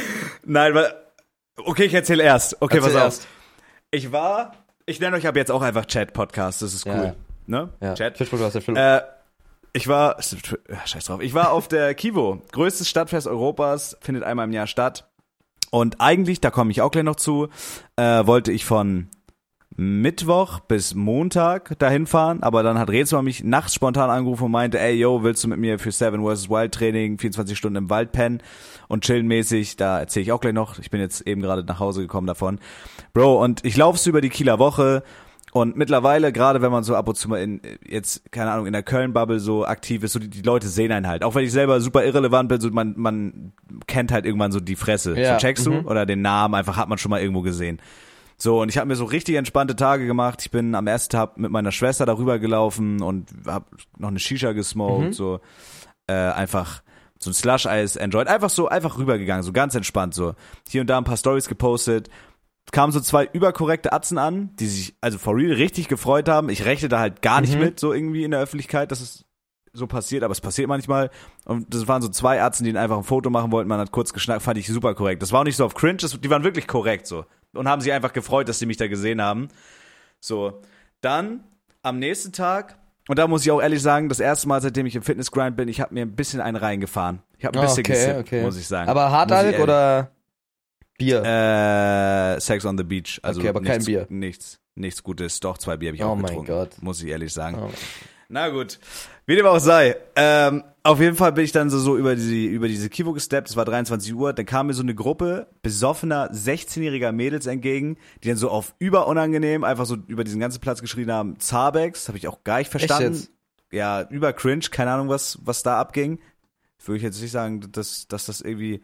Nein, weil. Okay, ich erzähle erst. Okay, Erzähl pass auf. erst. Ich war. Ich nenne euch ab jetzt auch einfach Chat Podcast. Das ist cool. Ja. Ne? Ja. Chat. Fischbuch, du hast ja Fischbuch. Äh, ich war. Ja, scheiß drauf. Ich war auf der Kivo. Größtes Stadtfest Europas. Findet einmal im Jahr statt. Und eigentlich, da komme ich auch gleich noch zu, äh, wollte ich von Mittwoch bis Montag dahin fahren, aber dann hat Rätsel mich nachts spontan angerufen und meinte, ey, yo, willst du mit mir für Seven versus. Wild Training vierundzwanzig Stunden im Wald pennen und chillen mäßig, da erzähle ich auch gleich noch, ich bin jetzt eben gerade nach Hause gekommen davon. Bro, und ich laufe so über die Kieler Woche und mittlerweile, gerade wenn man so ab und zu mal in, jetzt, keine Ahnung, in der Köln-Bubble so aktiv ist, so die, die Leute sehen einen halt, auch wenn ich selber super irrelevant bin, so man, man kennt halt irgendwann so die Fresse, Ja, so checkst mhm. du? Oder den Namen, einfach hat man schon mal irgendwo gesehen. So, und ich habe mir so richtig entspannte Tage gemacht. Ich bin am ersten Tag mit meiner Schwester darüber gelaufen und hab noch eine Shisha gesmoked, Mhm. so äh, einfach so ein Slush-Eis enjoyed. Einfach so, einfach rübergegangen, so ganz entspannt so. Hier und da ein paar Stories gepostet. Kamen so zwei überkorrekte Atzen an, die sich, also for real, richtig gefreut haben. Ich rechne da halt gar nicht Mhm. mit, so irgendwie in der Öffentlichkeit, dass es so passiert, aber es passiert manchmal. Und das waren so zwei Atzen, die einfach ein Foto machen wollten. Man hat kurz geschnackt, fand ich super korrekt. Das war auch nicht so auf cringe, das, die waren wirklich korrekt so. Und haben sich einfach gefreut, dass sie mich da gesehen haben. So, dann am nächsten Tag, und da muss ich auch ehrlich sagen, das erste Mal, seitdem ich im Fitnessgrind bin, ich habe mir ein bisschen einen reingefahren. Ich habe ein bisschen okay, gesippt, okay. muss ich sagen. Aber Muss ich Hartalk ehrlich- oder Bier? Äh, Sex on the Beach. Also Okay, aber kein nichts, Bier. Nichts, nichts Gutes. Doch, zwei Bier habe ich Oh auch mein getrunken. Gott. Muss ich ehrlich sagen. Oh. Na gut, wie dem auch sei. Ähm, auf jeden Fall bin ich dann so, so über diese, über diese Kivo gesteppt, es war dreiundzwanzig Uhr, dann kam mir so eine Gruppe besoffener sechzehnjähriger Mädels entgegen, die dann so auf überunangenehm einfach so über diesen ganzen Platz geschrien haben, Zabex, habe ich auch gar nicht verstanden. jetzt? Ja, über cringe, keine Ahnung, was, was da abging. Würde ich jetzt nicht sagen, dass, dass das irgendwie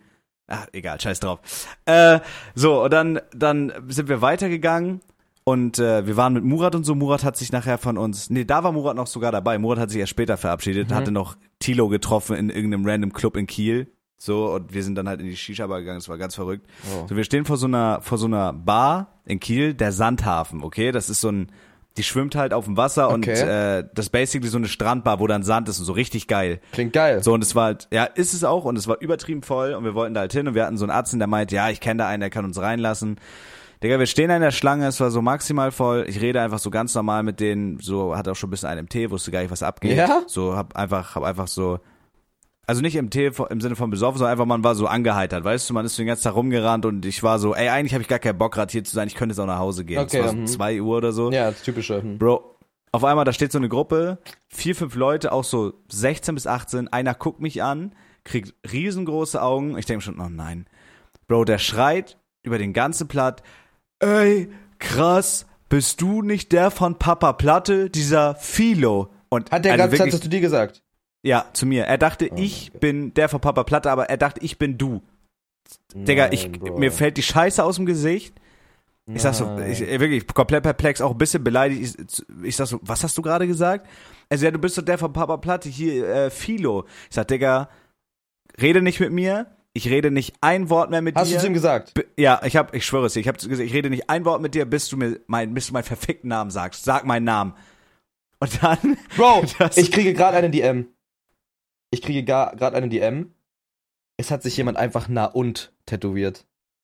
Ach, egal, scheiß drauf. Äh, so, und dann, dann sind wir weitergegangen und äh, wir waren mit Murat und so. Murat hat sich nachher von uns, nee, da war Murat noch sogar dabei. Murat hat sich erst später verabschiedet, mhm. hatte noch Tilo getroffen in irgendeinem random Club in Kiel. So, und wir sind dann halt in die Shisha-Bar gegangen, das war ganz verrückt. Oh. So, wir stehen vor so einer, vor so einer Bar in Kiel, der Sandhafen, okay? Das ist so ein, die schwimmt halt auf dem Wasser okay. und äh, das ist basically so eine Strandbar, wo dann Sand ist und so richtig geil. Klingt geil. So, und es war halt, ja, ist es auch, und es war übertrieben voll und wir wollten da halt hin und wir hatten so einen Arzt, der meint, ja, ich kenne da einen, der kann uns reinlassen. Digga, wir stehen in der Schlange, es war so maximal voll, ich rede einfach so ganz normal mit denen, so, hat auch schon ein bisschen einen im Tee, wusste gar nicht, was abgeht. Ja? So, hab einfach, hab einfach so, also nicht im Tee im Sinne von besoffen, sondern einfach, man war so angeheitert, weißt du, man ist so den ganzen Tag rumgerannt und ich war so, ey, eigentlich habe ich gar keinen Bock gerade hier zu sein, ich könnte jetzt auch nach Hause gehen. Okay, es war so hm. zwei Uhr oder so. Ja, das typische. Hm. Bro, auf einmal, da steht so eine Gruppe, vier, fünf Leute, auch so sechzehn bis achtzehn, einer guckt mich an, kriegt riesengroße Augen, ich denke schon, oh nein. Bro, der schreit über den ganzen Platt, ey, krass, bist du nicht der von Papa Platte, dieser Philo? Und hat der also gerade wirklich, das zu dir gesagt? Ja, zu mir. Er dachte, oh, ich okay. bin der von Papa Platte, aber er dachte, ich bin du. Nein, Digga, ich, mir fällt die Scheiße aus dem Gesicht. Ich Nein. sag so, ich, wirklich komplett perplex, auch ein bisschen beleidigt. Ich, ich sag so, was hast du gerade gesagt? Also ja, du bist doch der von Papa Platte, hier, äh, Philo. Ich sag, Digga, rede nicht mit mir. Ich rede nicht ein Wort mehr mit hast dir. Hast du es ihm gesagt? B- ja, ich hab, ich schwöre es dir, ich hab gesagt, ich rede nicht ein Wort mit dir, bis du mir mein, bis du meinen verfickten Namen sagst. Sag meinen Namen. Und dann... Bro, ich kriege gerade eine D M. Ich kriege gerade eine D M. Es hat sich jemand einfach na und tätowiert.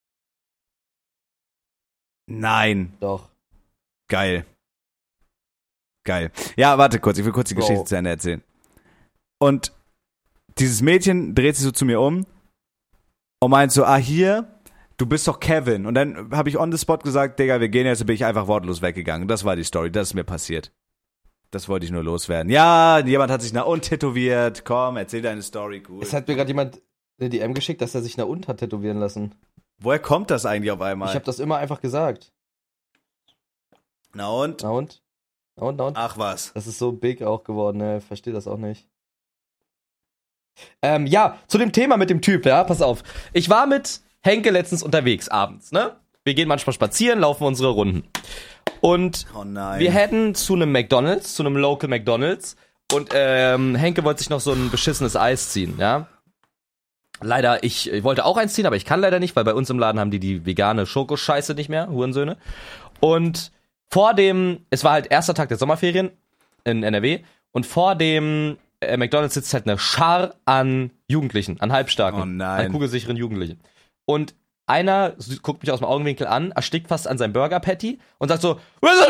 Nein. Doch. Geil. Geil. Ja, warte kurz, ich will kurz die Bro. Geschichte zu Ende erzählen. Und dieses Mädchen dreht sich so zu mir um und meint so, ah, hier, du bist doch Kevin. Und dann habe ich on the spot gesagt, Digga, wir gehen jetzt, und bin ich einfach wortlos weggegangen. Das war die Story, das ist mir passiert. Das wollte ich nur loswerden. Ja, jemand hat sich nach und tätowiert. Komm, erzähl deine Story, cool. Es hat mir gerade jemand eine D M geschickt, dass er sich nach und hat tätowieren lassen. Woher kommt das eigentlich auf einmal? Ich habe das immer einfach gesagt. Na und? Na und? Na und, na und? Ach was. Das ist so big auch geworden, ne? Verstehe das auch nicht. Ähm, ja, zu dem Thema mit dem Typ, ja, pass auf. Ich war mit Henke letztens unterwegs, abends, ne? Wir gehen manchmal spazieren, laufen unsere Runden. Und oh nein. wir hätten zu einem McDonald's, zu einem Local McDonald's und ähm, Henke wollte sich noch so ein beschissenes Eis ziehen, ja. Leider, ich, ich wollte auch eins ziehen, aber ich kann leider nicht, weil bei uns im Laden haben die die vegane Schokoscheiße nicht mehr, Hurensöhne. Und vor dem, es war halt erster Tag der Sommerferien in N R W und vor dem äh, McDonald's sitzt halt eine Schar an Jugendlichen, an Halbstarken, oh nein. an kugelsicheren Jugendlichen. Und einer guckt mich aus dem Augenwinkel an, erstickt fast an seinem Burger-Patty und sagt so,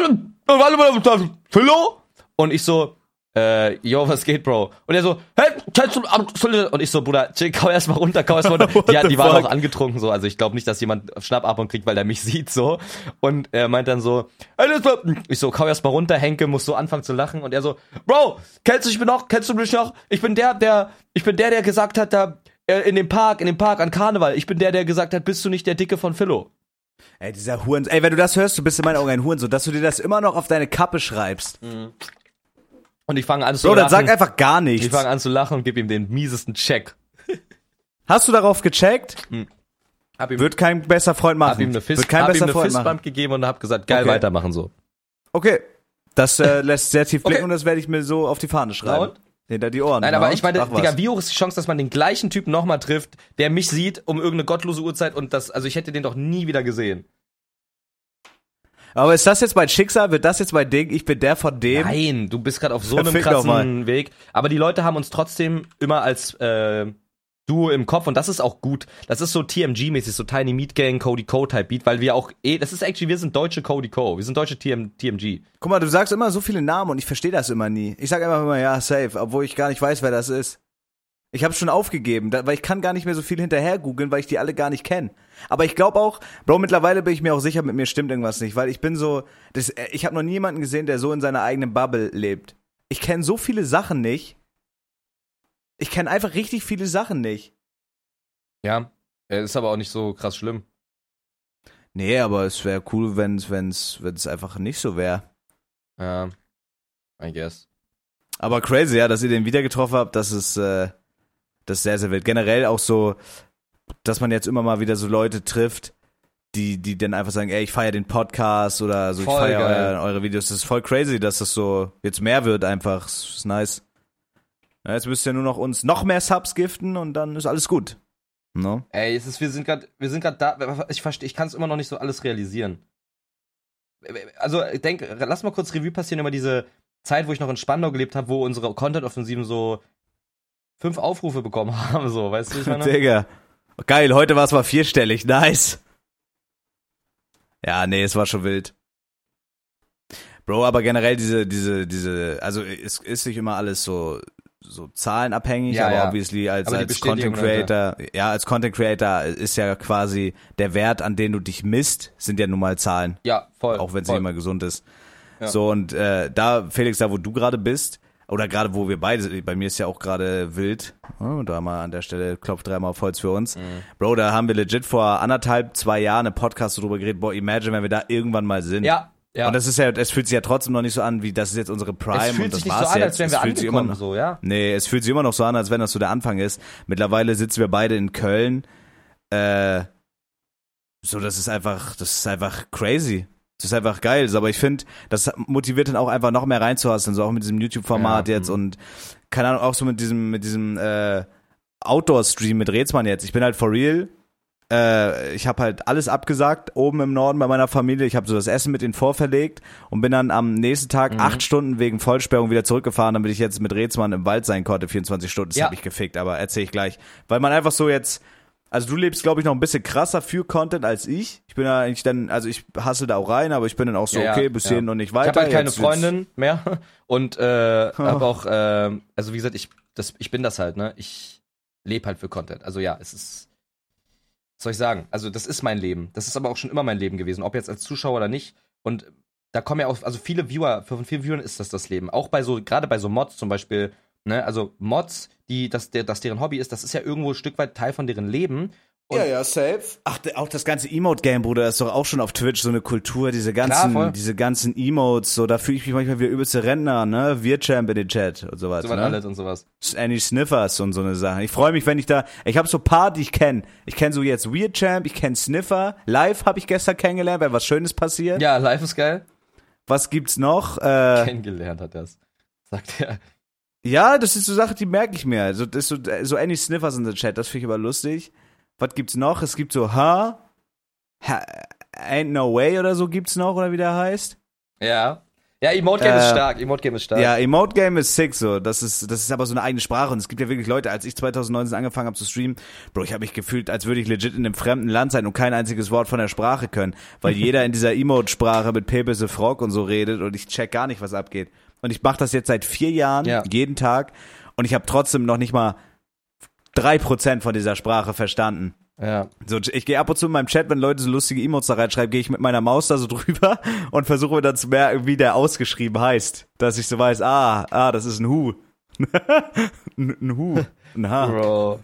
Philo? Und ich so, äh, yo, was geht, Bro? Und er so, hey, kennst du, und ich so, Bruder, chill, kau erst mal runter, kau erst mal runter. Die, die waren auch angetrunken, so, also ich glaube nicht, dass jemand Schnappatmung kriegt, weil der mich sieht, so. Und er meint dann so, hey, ich so, kau erst mal runter, Henke muss so anfangen zu lachen und er so, Bro, kennst du mich noch, kennst du mich noch? Ich bin der, der, ich bin der, der gesagt hat, da, in dem Park, in dem Park an Karneval, ich bin der, der gesagt hat, bist du nicht der Dicke von Philo? Ey, dieser Huren, ey, wenn du das hörst, du bist in meinen Augen ein Hurensohn, dass du dir das immer noch auf deine Kappe schreibst. Mhm. Und ich fange an zu Bro, lachen. Bro, dann sag einfach gar nichts. Ich fange an zu lachen und gebe ihm den miesesten Check. Hast du darauf gecheckt? Mhm. Hab ihm, Wird kein besser Freund machen. Hab ihm eine, Fist, Wird kein hab besser ihm eine Freund Fistbump machen. gegeben und hab gesagt, geil, okay. weitermachen so. Okay, das äh, lässt sehr tief blicken okay. und das werde ich mir so auf die Fahne schreiben. Und? Hinter die Ohren. Nein, aber ja? ich meine, Ach, Digga, wie hoch ist die Chance, dass man den gleichen Typen nochmal trifft, der mich sieht um irgendeine gottlose Uhrzeit und das, also ich hätte den doch nie wieder gesehen. Aber ist das jetzt mein Schicksal? Wird das jetzt mein Ding? Ich bin der von dem? Nein, du bist gerade auf so einem Verfick doch mal. krassen Weg. Aber die Leute haben uns trotzdem immer als äh, Duo im Kopf und das ist auch gut. Das ist so T M G-mäßig, so Tiny Meat Gang, Cody Co Type Beat, weil wir auch eh, das ist actually, wir sind deutsche Cody Co. Wir sind deutsche T M G. Guck mal, du sagst immer so viele Namen und ich verstehe das immer nie. Ich sag einfach immer, ja, safe, obwohl ich gar nicht weiß, wer das ist. Ich habe schon aufgegeben, da, weil ich kann gar nicht mehr so viel hinterher googeln, weil ich die alle gar nicht kenne. Aber ich glaube auch, Bro, mittlerweile bin ich mir auch sicher, mit mir stimmt irgendwas nicht, weil ich bin so, das, ich habe noch nie jemanden gesehen, der so in seiner eigenen Bubble lebt. Ich kenne so viele Sachen nicht. Ich kenne einfach richtig viele Sachen nicht. Ja, ist aber auch nicht so krass schlimm. Nee, aber es wäre cool, wenn es wenn's, wenn's einfach nicht so wäre. Ja, I guess. Aber crazy, ja, dass ihr den wieder getroffen habt, das ist, äh, das ist sehr, sehr wild. Generell auch so, dass man jetzt immer mal wieder so Leute trifft, die, die dann einfach sagen, ey, ich feiere den Podcast oder so, ich Voll feiere geil. eure, eure Videos. Das ist voll crazy, dass das so jetzt mehr wird einfach. Das ist nice. Ja, jetzt müsst ihr nur noch uns noch mehr Subs giften und dann ist alles gut. No? Ey, es ist, wir sind gerade, wir sind gerade da, ich verstehe, ich kann es immer noch nicht so alles realisieren. Also, ich denke, lass mal kurz Revue passieren über diese Zeit, wo ich noch in Spandau gelebt habe, wo unsere Content-Offensiven so fünf Aufrufe bekommen haben, so, weißt du, ich meine? Digga. Geil, heute war es mal vierstellig, nice. Ja, nee, es war schon wild. Bro, aber generell diese, diese, diese, also es ist nicht immer alles so, so zahlenabhängig, Ja, aber ja. obviously als, Aber die als Content Bestätigung Creator, ja, als Content Creator ist ja quasi der Wert, an den du dich misst, sind ja nun mal Zahlen. Ja, voll. Auch wenn es voll. nicht immer gesund ist. Ja. So, und äh, da, Felix, da wo du gerade bist, oder gerade wo wir beide sind, bei mir ist ja auch gerade wild, oh, da mal an der Stelle klopft dreimal auf Holz für uns. Mhm. Bro, da haben wir legit vor anderthalb, zwei Jahren einen Podcast drüber geredet, boah, imagine, wenn wir da irgendwann mal sind. Ja, ja. Und das ist ja, es fühlt sich ja trotzdem noch nicht so an, wie das ist jetzt unsere Prime es fühlt und das sich nicht war's so an, jetzt. als wären Es wir fühlt sich immer angekommen, noch, so, ja. Nee, es fühlt sich immer noch so an, als wenn das so der Anfang ist. Mittlerweile sitzen wir beide in Köln. Äh, so, das ist einfach, das ist einfach crazy. Das ist einfach geil. Aber ich finde, das motiviert dann auch einfach noch mehr reinzuhassen, so auch mit diesem YouTube-Format Ja, jetzt mh. und keine Ahnung, auch so mit diesem, mit diesem äh, Outdoor-Stream mit Rätsmann jetzt. Ich bin halt for real. Äh, ich habe halt alles abgesagt oben im Norden bei meiner Familie. Ich habe so das Essen mit ihnen vorverlegt und bin dann am nächsten Tag Mhm. acht Stunden wegen Vollsperrung wieder zurückgefahren, damit ich jetzt mit Rätsmann im Wald sein konnte, vierundzwanzig Stunden. Das Ja. hab ich gefickt, aber erzähl ich gleich. Weil man einfach so jetzt, also du lebst, glaube ich, noch ein bisschen krasser für Content als ich. Ich bin ja eigentlich dann, also ich hustle da auch rein, aber ich bin dann auch so, Ja, ja, okay, bis ja. hierhin und nicht weiter. Ich habe halt keine Jetzt- Freundin mehr und äh, habe auch, äh, also wie gesagt, ich, das, ich bin das halt, ne? Ich lebe halt für Content. Also ja, es ist, was soll ich sagen? Also das ist mein Leben. Das ist aber auch schon immer mein Leben gewesen, ob jetzt als Zuschauer oder nicht. Und da kommen ja auch, also viele Viewer, von vielen Viewern ist das das Leben. Auch bei so, gerade bei so Mods zum Beispiel, ne? Also Mods, die, das, der, das deren Hobby ist, das ist ja irgendwo ein Stück weit Teil von deren Leben. Und ja, ja, safe. Ach, d- auch das ganze Emote-Game, Bruder, ist doch auch schon auf Twitch so eine Kultur, diese ganzen, Klar, voll. diese ganzen Emotes, so, da fühle ich mich manchmal wie der übelste Rentner, ne, Wir-Champ in den Chat und sowas, so was ne? alles und sowas. Annie Sniffers und so eine Sache. Ich freue mich, wenn ich da, ich habe so paar, die ich kenne. Ich kenne so jetzt Weird-Champ, ich kenne Sniffer, Live habe ich gestern kennengelernt, weil was Schönes passiert. Ja, live ist geil. Was gibt's noch? Äh, Kennengelernt hat das. Sagt er. ja, das ist so Sache, die merke ich mir. Also, das ist so, so Annie Sniffers in der Chat, das finde ich aber lustig. Was gibt's noch? Es gibt so, ha? ha? Ain't no way oder so gibt's noch, oder wie der heißt. Ja. Ja, Emote Game Äh, ist stark. Emote Game ist stark. Ja, Emote Game ist sick, so. Das ist, das ist aber so eine eigene Sprache. Und es gibt ja wirklich Leute, als ich zwanzig neunzehn angefangen habe zu streamen, Bro, ich habe mich gefühlt, als würde ich legit in einem fremden Land sein und kein einziges Wort von der Sprache können. Weil jeder in dieser Emote-Sprache mit Pepe the Frog und so redet und ich check gar nicht, was abgeht. Und ich mache das jetzt seit vier Jahren, Ja. jeden Tag. Und ich habe trotzdem noch nicht mal drei Prozent von dieser Sprache verstanden. Ja. So, ich gehe ab und zu in meinem Chat, wenn Leute so lustige Emotes da reinschreiben, gehe ich mit meiner Maus da so drüber und versuche mir dann zu merken, wie der ausgeschrieben heißt. Dass ich so weiß, ah, ah, das ist ein Hu. ein, ein Hu. Ein H. Bro.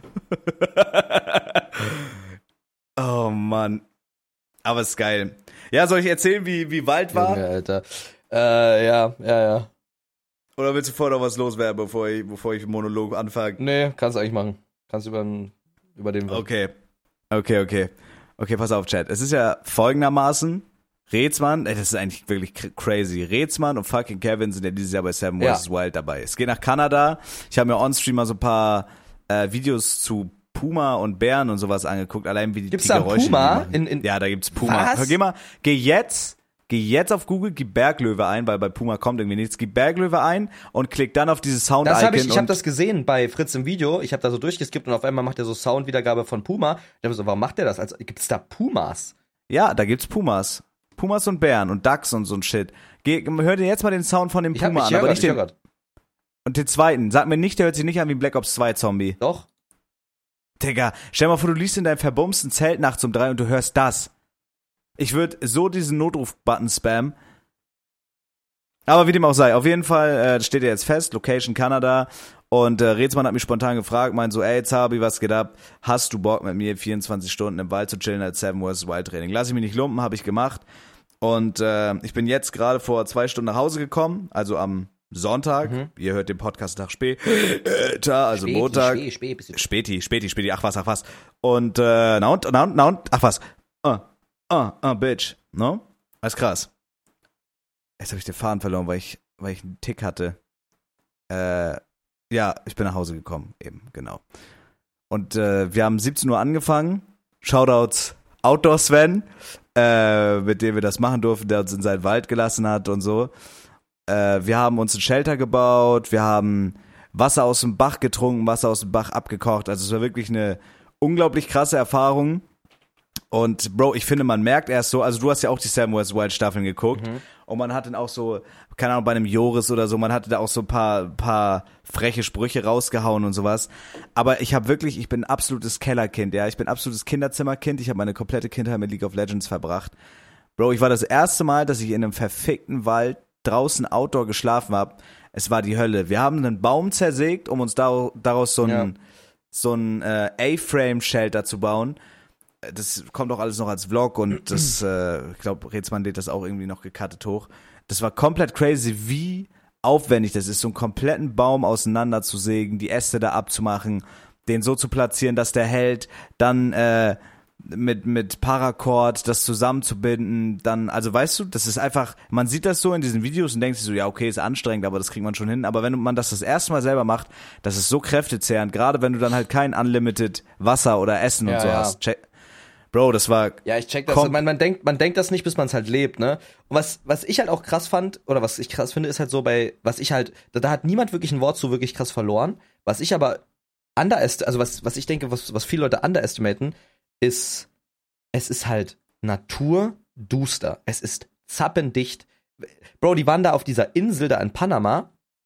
Oh Mann. Aber ist geil. Ja, soll ich erzählen, wie, wie Wald war? Junge, Alter. Äh, ja, ja, ja. Oder willst du vorher noch was loswerden, bevor ich, bevor ich den Monolog anfange? Nee, kannst du eigentlich machen. Kannst über, den- über den... Okay. Okay, okay. Okay, pass auf, Chat. Es ist ja folgendermaßen, Rätsmann, ey, das ist eigentlich wirklich cr- crazy. Rätsmann und fucking Kevin sind ja dieses Jahr bei Seven Ja. versus. Wild dabei. Es geht nach Kanada. Ich habe mir on-stream mal so ein paar äh, Videos zu Puma und Bären und sowas angeguckt. Allein wie die, Gibt's die da Geräusche Puma? die machen. In- in- ja, da gibt's Puma. Was? Geh mal, geh jetzt, geh jetzt auf Google, gib Berglöwe ein, weil bei Puma kommt irgendwie nichts. Gib Berglöwe ein und klick dann auf dieses Sound-Icon. Das habe ich, ich und- habe das gesehen bei Fritz im Video. Ich habe da so durchgeskippt und auf einmal macht er so Soundwiedergabe von Puma. Ich hab so, warum macht der das? Also, gibt's da Pumas? Ja, da gibt's Pumas. Pumas und Bären und Dachs und so ein Shit. Geh, hör dir jetzt mal den Sound von dem Ich hab Puma mich an, aber hör nicht grad, ich den, hör grad. und den zweiten. Sag mir nicht, der hört sich nicht an wie ein Black Ops zwei Zombie. Doch. Digga, stell mal vor, du liegst in deinem verbumsten Zelt nachts um drei und du hörst das. Ich würde so diesen Notruf-Button spammen. Aber wie dem auch sei, auf jeden Fall äh, das steht ja jetzt fest, Location Kanada. Und äh, Rätsmann hat mich spontan gefragt, meint so, ey Zabi, was geht ab? Hast du Bock mit mir vierundzwanzig Stunden im Wald zu chillen als Seven versus. Wild Training? Lass ich mich nicht lumpen, habe ich gemacht. Und äh, ich bin jetzt gerade vor zwei Stunden nach Hause gekommen, also am Sonntag. Mhm. Ihr hört den Podcast Tag später, also Späti, Montag. Spä, Spä, bisschen- Späti, Späti, Späti, ach was, ach was. Und, äh, na und, na und, na und, ach was. Ah, ah, ah, Bitch. No? Alles krass. Jetzt habe ich den Faden verloren, weil ich, weil ich einen Tick hatte. Äh, ja, ich bin nach Hause gekommen, eben, genau. Und äh, wir haben siebzehn Uhr angefangen. Shoutouts Outdoor Sven, äh, mit dem wir das machen durften, der uns in seinen Wald gelassen hat und so. Äh, wir haben uns ein Shelter gebaut, wir haben Wasser aus dem Bach getrunken, Wasser aus dem Bach abgekocht. Also es war wirklich eine unglaublich krasse Erfahrung. Und Bro, ich finde, man merkt erst so, also du hast ja auch die Sam West Wild Staffeln geguckt Mhm. und man hat dann auch so, keine Ahnung, bei einem Joris oder so, man hatte da auch so ein paar, paar freche Sprüche rausgehauen und sowas. Aber ich habe wirklich, ich bin ein absolutes Kellerkind, ja, ich bin ein absolutes Kinderzimmerkind, ich habe meine komplette Kindheit mit League of Legends verbracht. Bro, ich war das erste Mal, dass ich in einem verfickten Wald draußen Outdoor geschlafen habe. Es war die Hölle. Wir haben einen Baum zersägt, um uns dar- daraus so ein, Ja. so ein äh, A-Frame-Shelter zu bauen. Das kommt auch alles noch als Vlog und das, äh, ich glaube, Rätsmann lädt das auch irgendwie noch gecuttet hoch. Das war komplett crazy, wie aufwendig das ist, so einen kompletten Baum auseinander zu sägen, die Äste da abzumachen, den so zu platzieren, dass der hält, dann äh, mit mit Paracord das zusammenzubinden, dann, also weißt du, das ist einfach, man sieht das so in diesen Videos und denkt sich so, ja okay, ist anstrengend, aber das kriegt man schon hin, aber wenn man das das erste Mal selber macht, das ist so kräftezehrend, gerade wenn du dann halt kein Unlimited Wasser oder Essen Ja, und so ja. hast. Check. Bro, das war, Ja, ich check das. Kom- Man, man denkt, man denkt das nicht, bis man es halt lebt, ne? Und was, was ich halt auch krass fand, oder was ich krass finde, ist halt so bei, was ich halt, da, da hat niemand wirklich ein Wort zu wirklich krass verloren. Was ich aber underest, also was, was ich denke, was, was viele Leute underestimaten, ist, es ist halt naturduster. Es ist zappendicht. Bro, die waren da auf dieser Insel da in Panama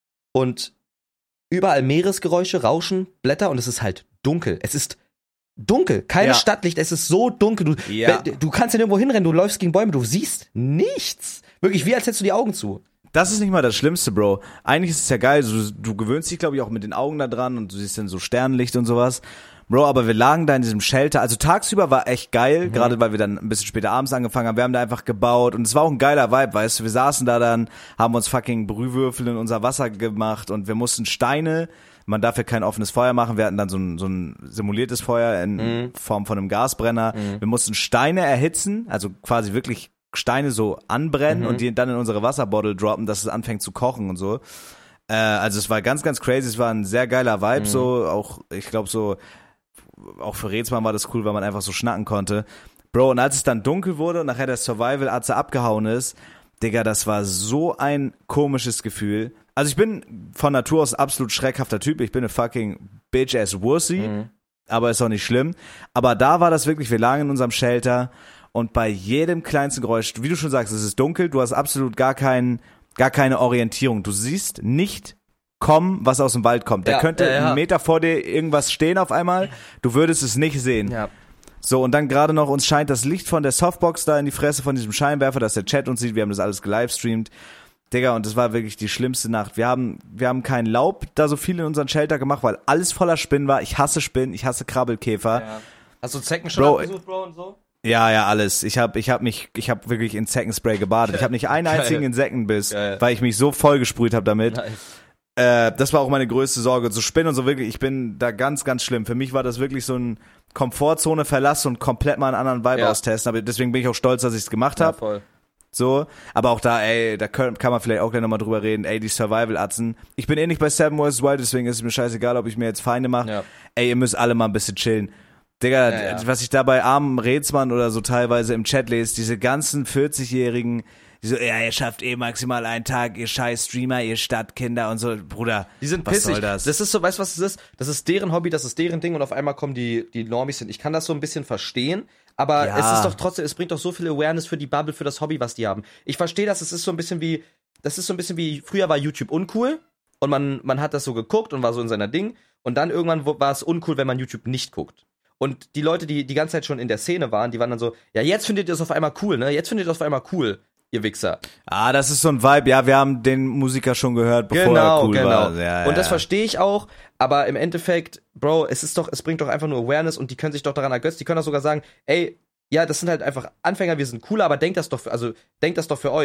und überall Meeresgeräusche, Rauschen, Blätter und es ist halt dunkel. Es ist dunkel, kein Ja. Stadtlicht, es ist so dunkel. Du, Ja. we- du kannst ja nirgendwo hinrennen, du läufst gegen Bäume, du siehst nichts. Wirklich, wie als hättest du die Augen zu. das ist nicht mal das Schlimmste, Bro. Eigentlich ist es ja geil, du, du gewöhnst dich, glaube ich, auch mit den Augen da dran und du siehst dann so Sternenlicht und sowas. Bro, aber wir lagen da in diesem Shelter, also tagsüber war echt geil, gerade weil wir dann ein bisschen später abends angefangen haben, wir haben da einfach gebaut und es war auch ein geiler Vibe, weißt du, wir saßen da dann, haben uns fucking Brühwürfel in unser Wasser gemacht und wir mussten Steine, man darf ja kein offenes Feuer machen, wir hatten dann so ein, so ein simuliertes Feuer in Form von einem Gasbrenner, wir mussten Steine erhitzen, also quasi wirklich Steine so anbrennen Mhm. und die dann in unsere Wasserbottle droppen, dass es anfängt zu kochen und so. Äh, also es war ganz, ganz crazy, es war ein sehr geiler Vibe, so, auch, ich glaube so, auch für Rätsmann war das cool, weil man einfach so schnacken konnte. Bro, und als es dann dunkel wurde und nachher der Survival-Atze abgehauen ist, Digga, das war so ein komisches Gefühl. Also ich bin von Natur aus absolut schreckhafter Typ, ich bin eine fucking Bitch-ass-Wussy, Mhm. aber ist auch nicht schlimm. Aber da war das wirklich, wir lagen in unserem Shelter und bei jedem kleinsten Geräusch, wie du schon sagst, es ist dunkel, du hast absolut gar keinen, gar keine Orientierung. Du siehst nicht kommen, was aus dem Wald kommt. Da Ja, könnte ja, ja. einen Meter vor dir irgendwas stehen auf einmal, du würdest es nicht sehen. Ja. So, und dann gerade noch, uns scheint das Licht von der Softbox da in die Fresse von diesem Scheinwerfer, dass der Chat uns sieht, wir haben das alles gelivestreamt. Digga, und das war wirklich die schlimmste Nacht. Wir haben, wir haben kein Laub da so viel in unseren Shelter gemacht, weil alles voller Spinnen war. Ich hasse Spinnen, ich hasse Krabbelkäfer. Ja. Hast du Zecken schon Bro, abgesucht, Bro, und so? Ja, ja, alles. Ich habe ich hab mich, ich habe wirklich in Zeckenspray gebadet. Ich habe nicht einen Geil. einzigen Insektenbiss, Geil. weil ich mich so voll gesprüht habe damit. Nice. Äh, das war auch meine größte Sorge. So Spinnen und so wirklich, ich bin da ganz, ganz schlimm. Für mich war das wirklich so ein Komfortzone verlassen und komplett mal einen anderen Vibe Ja. austesten. Aber deswegen bin ich auch stolz, dass ich es gemacht Ja, habe. voll. So, aber auch da, ey, da kann, kann man vielleicht auch gleich nochmal drüber reden. Ey, die Survival-Atzen. Ich bin eh nicht bei Seven West Wild, deswegen ist es mir scheißegal, ob ich mir jetzt Feinde mache. Ja. Ey, ihr müsst alle mal ein bisschen chillen. Digga, Ja, ja. was ich da bei armen Rätsmann oder so teilweise im Chat lese, diese ganzen vierzig-Jährigen, die so, ja, ihr schafft eh maximal einen Tag, ihr scheiß Streamer, ihr Stadtkinder und so. Bruder, Die sind was pissig. soll das? Das ist so, weißt du, was das ist? Das ist deren Hobby, das ist deren Ding und auf einmal kommen die, die Normis hin. Ich kann das so ein bisschen verstehen, aber Ja. es ist doch trotzdem, es bringt doch so viel Awareness für die Bubble, für das Hobby, was die haben. Ich verstehe das, es ist so ein bisschen wie, das ist so ein bisschen wie, früher war YouTube uncool und man, man hat das so geguckt und war so in seiner Ding und dann irgendwann wo- war es uncool, wenn man YouTube nicht guckt. Und die Leute, die die ganze Zeit schon in der Szene waren, die waren dann so, ja, jetzt findet ihr es auf einmal cool, ne? Jetzt findet ihr es auf einmal cool, ihr Wichser. Ah, das ist so ein Vibe. Ja, wir haben den Musiker schon gehört, bevor Genau, er cool genau. war. Ja, und das ja. verstehe ich auch, aber im Endeffekt, Bro, es ist doch, es bringt doch einfach nur Awareness und die können sich doch daran ergötzen. Die können doch sogar sagen, ey, ja, das sind halt einfach Anfänger, wir sind cooler, aber denkt das doch, für, also denkt das doch für euch.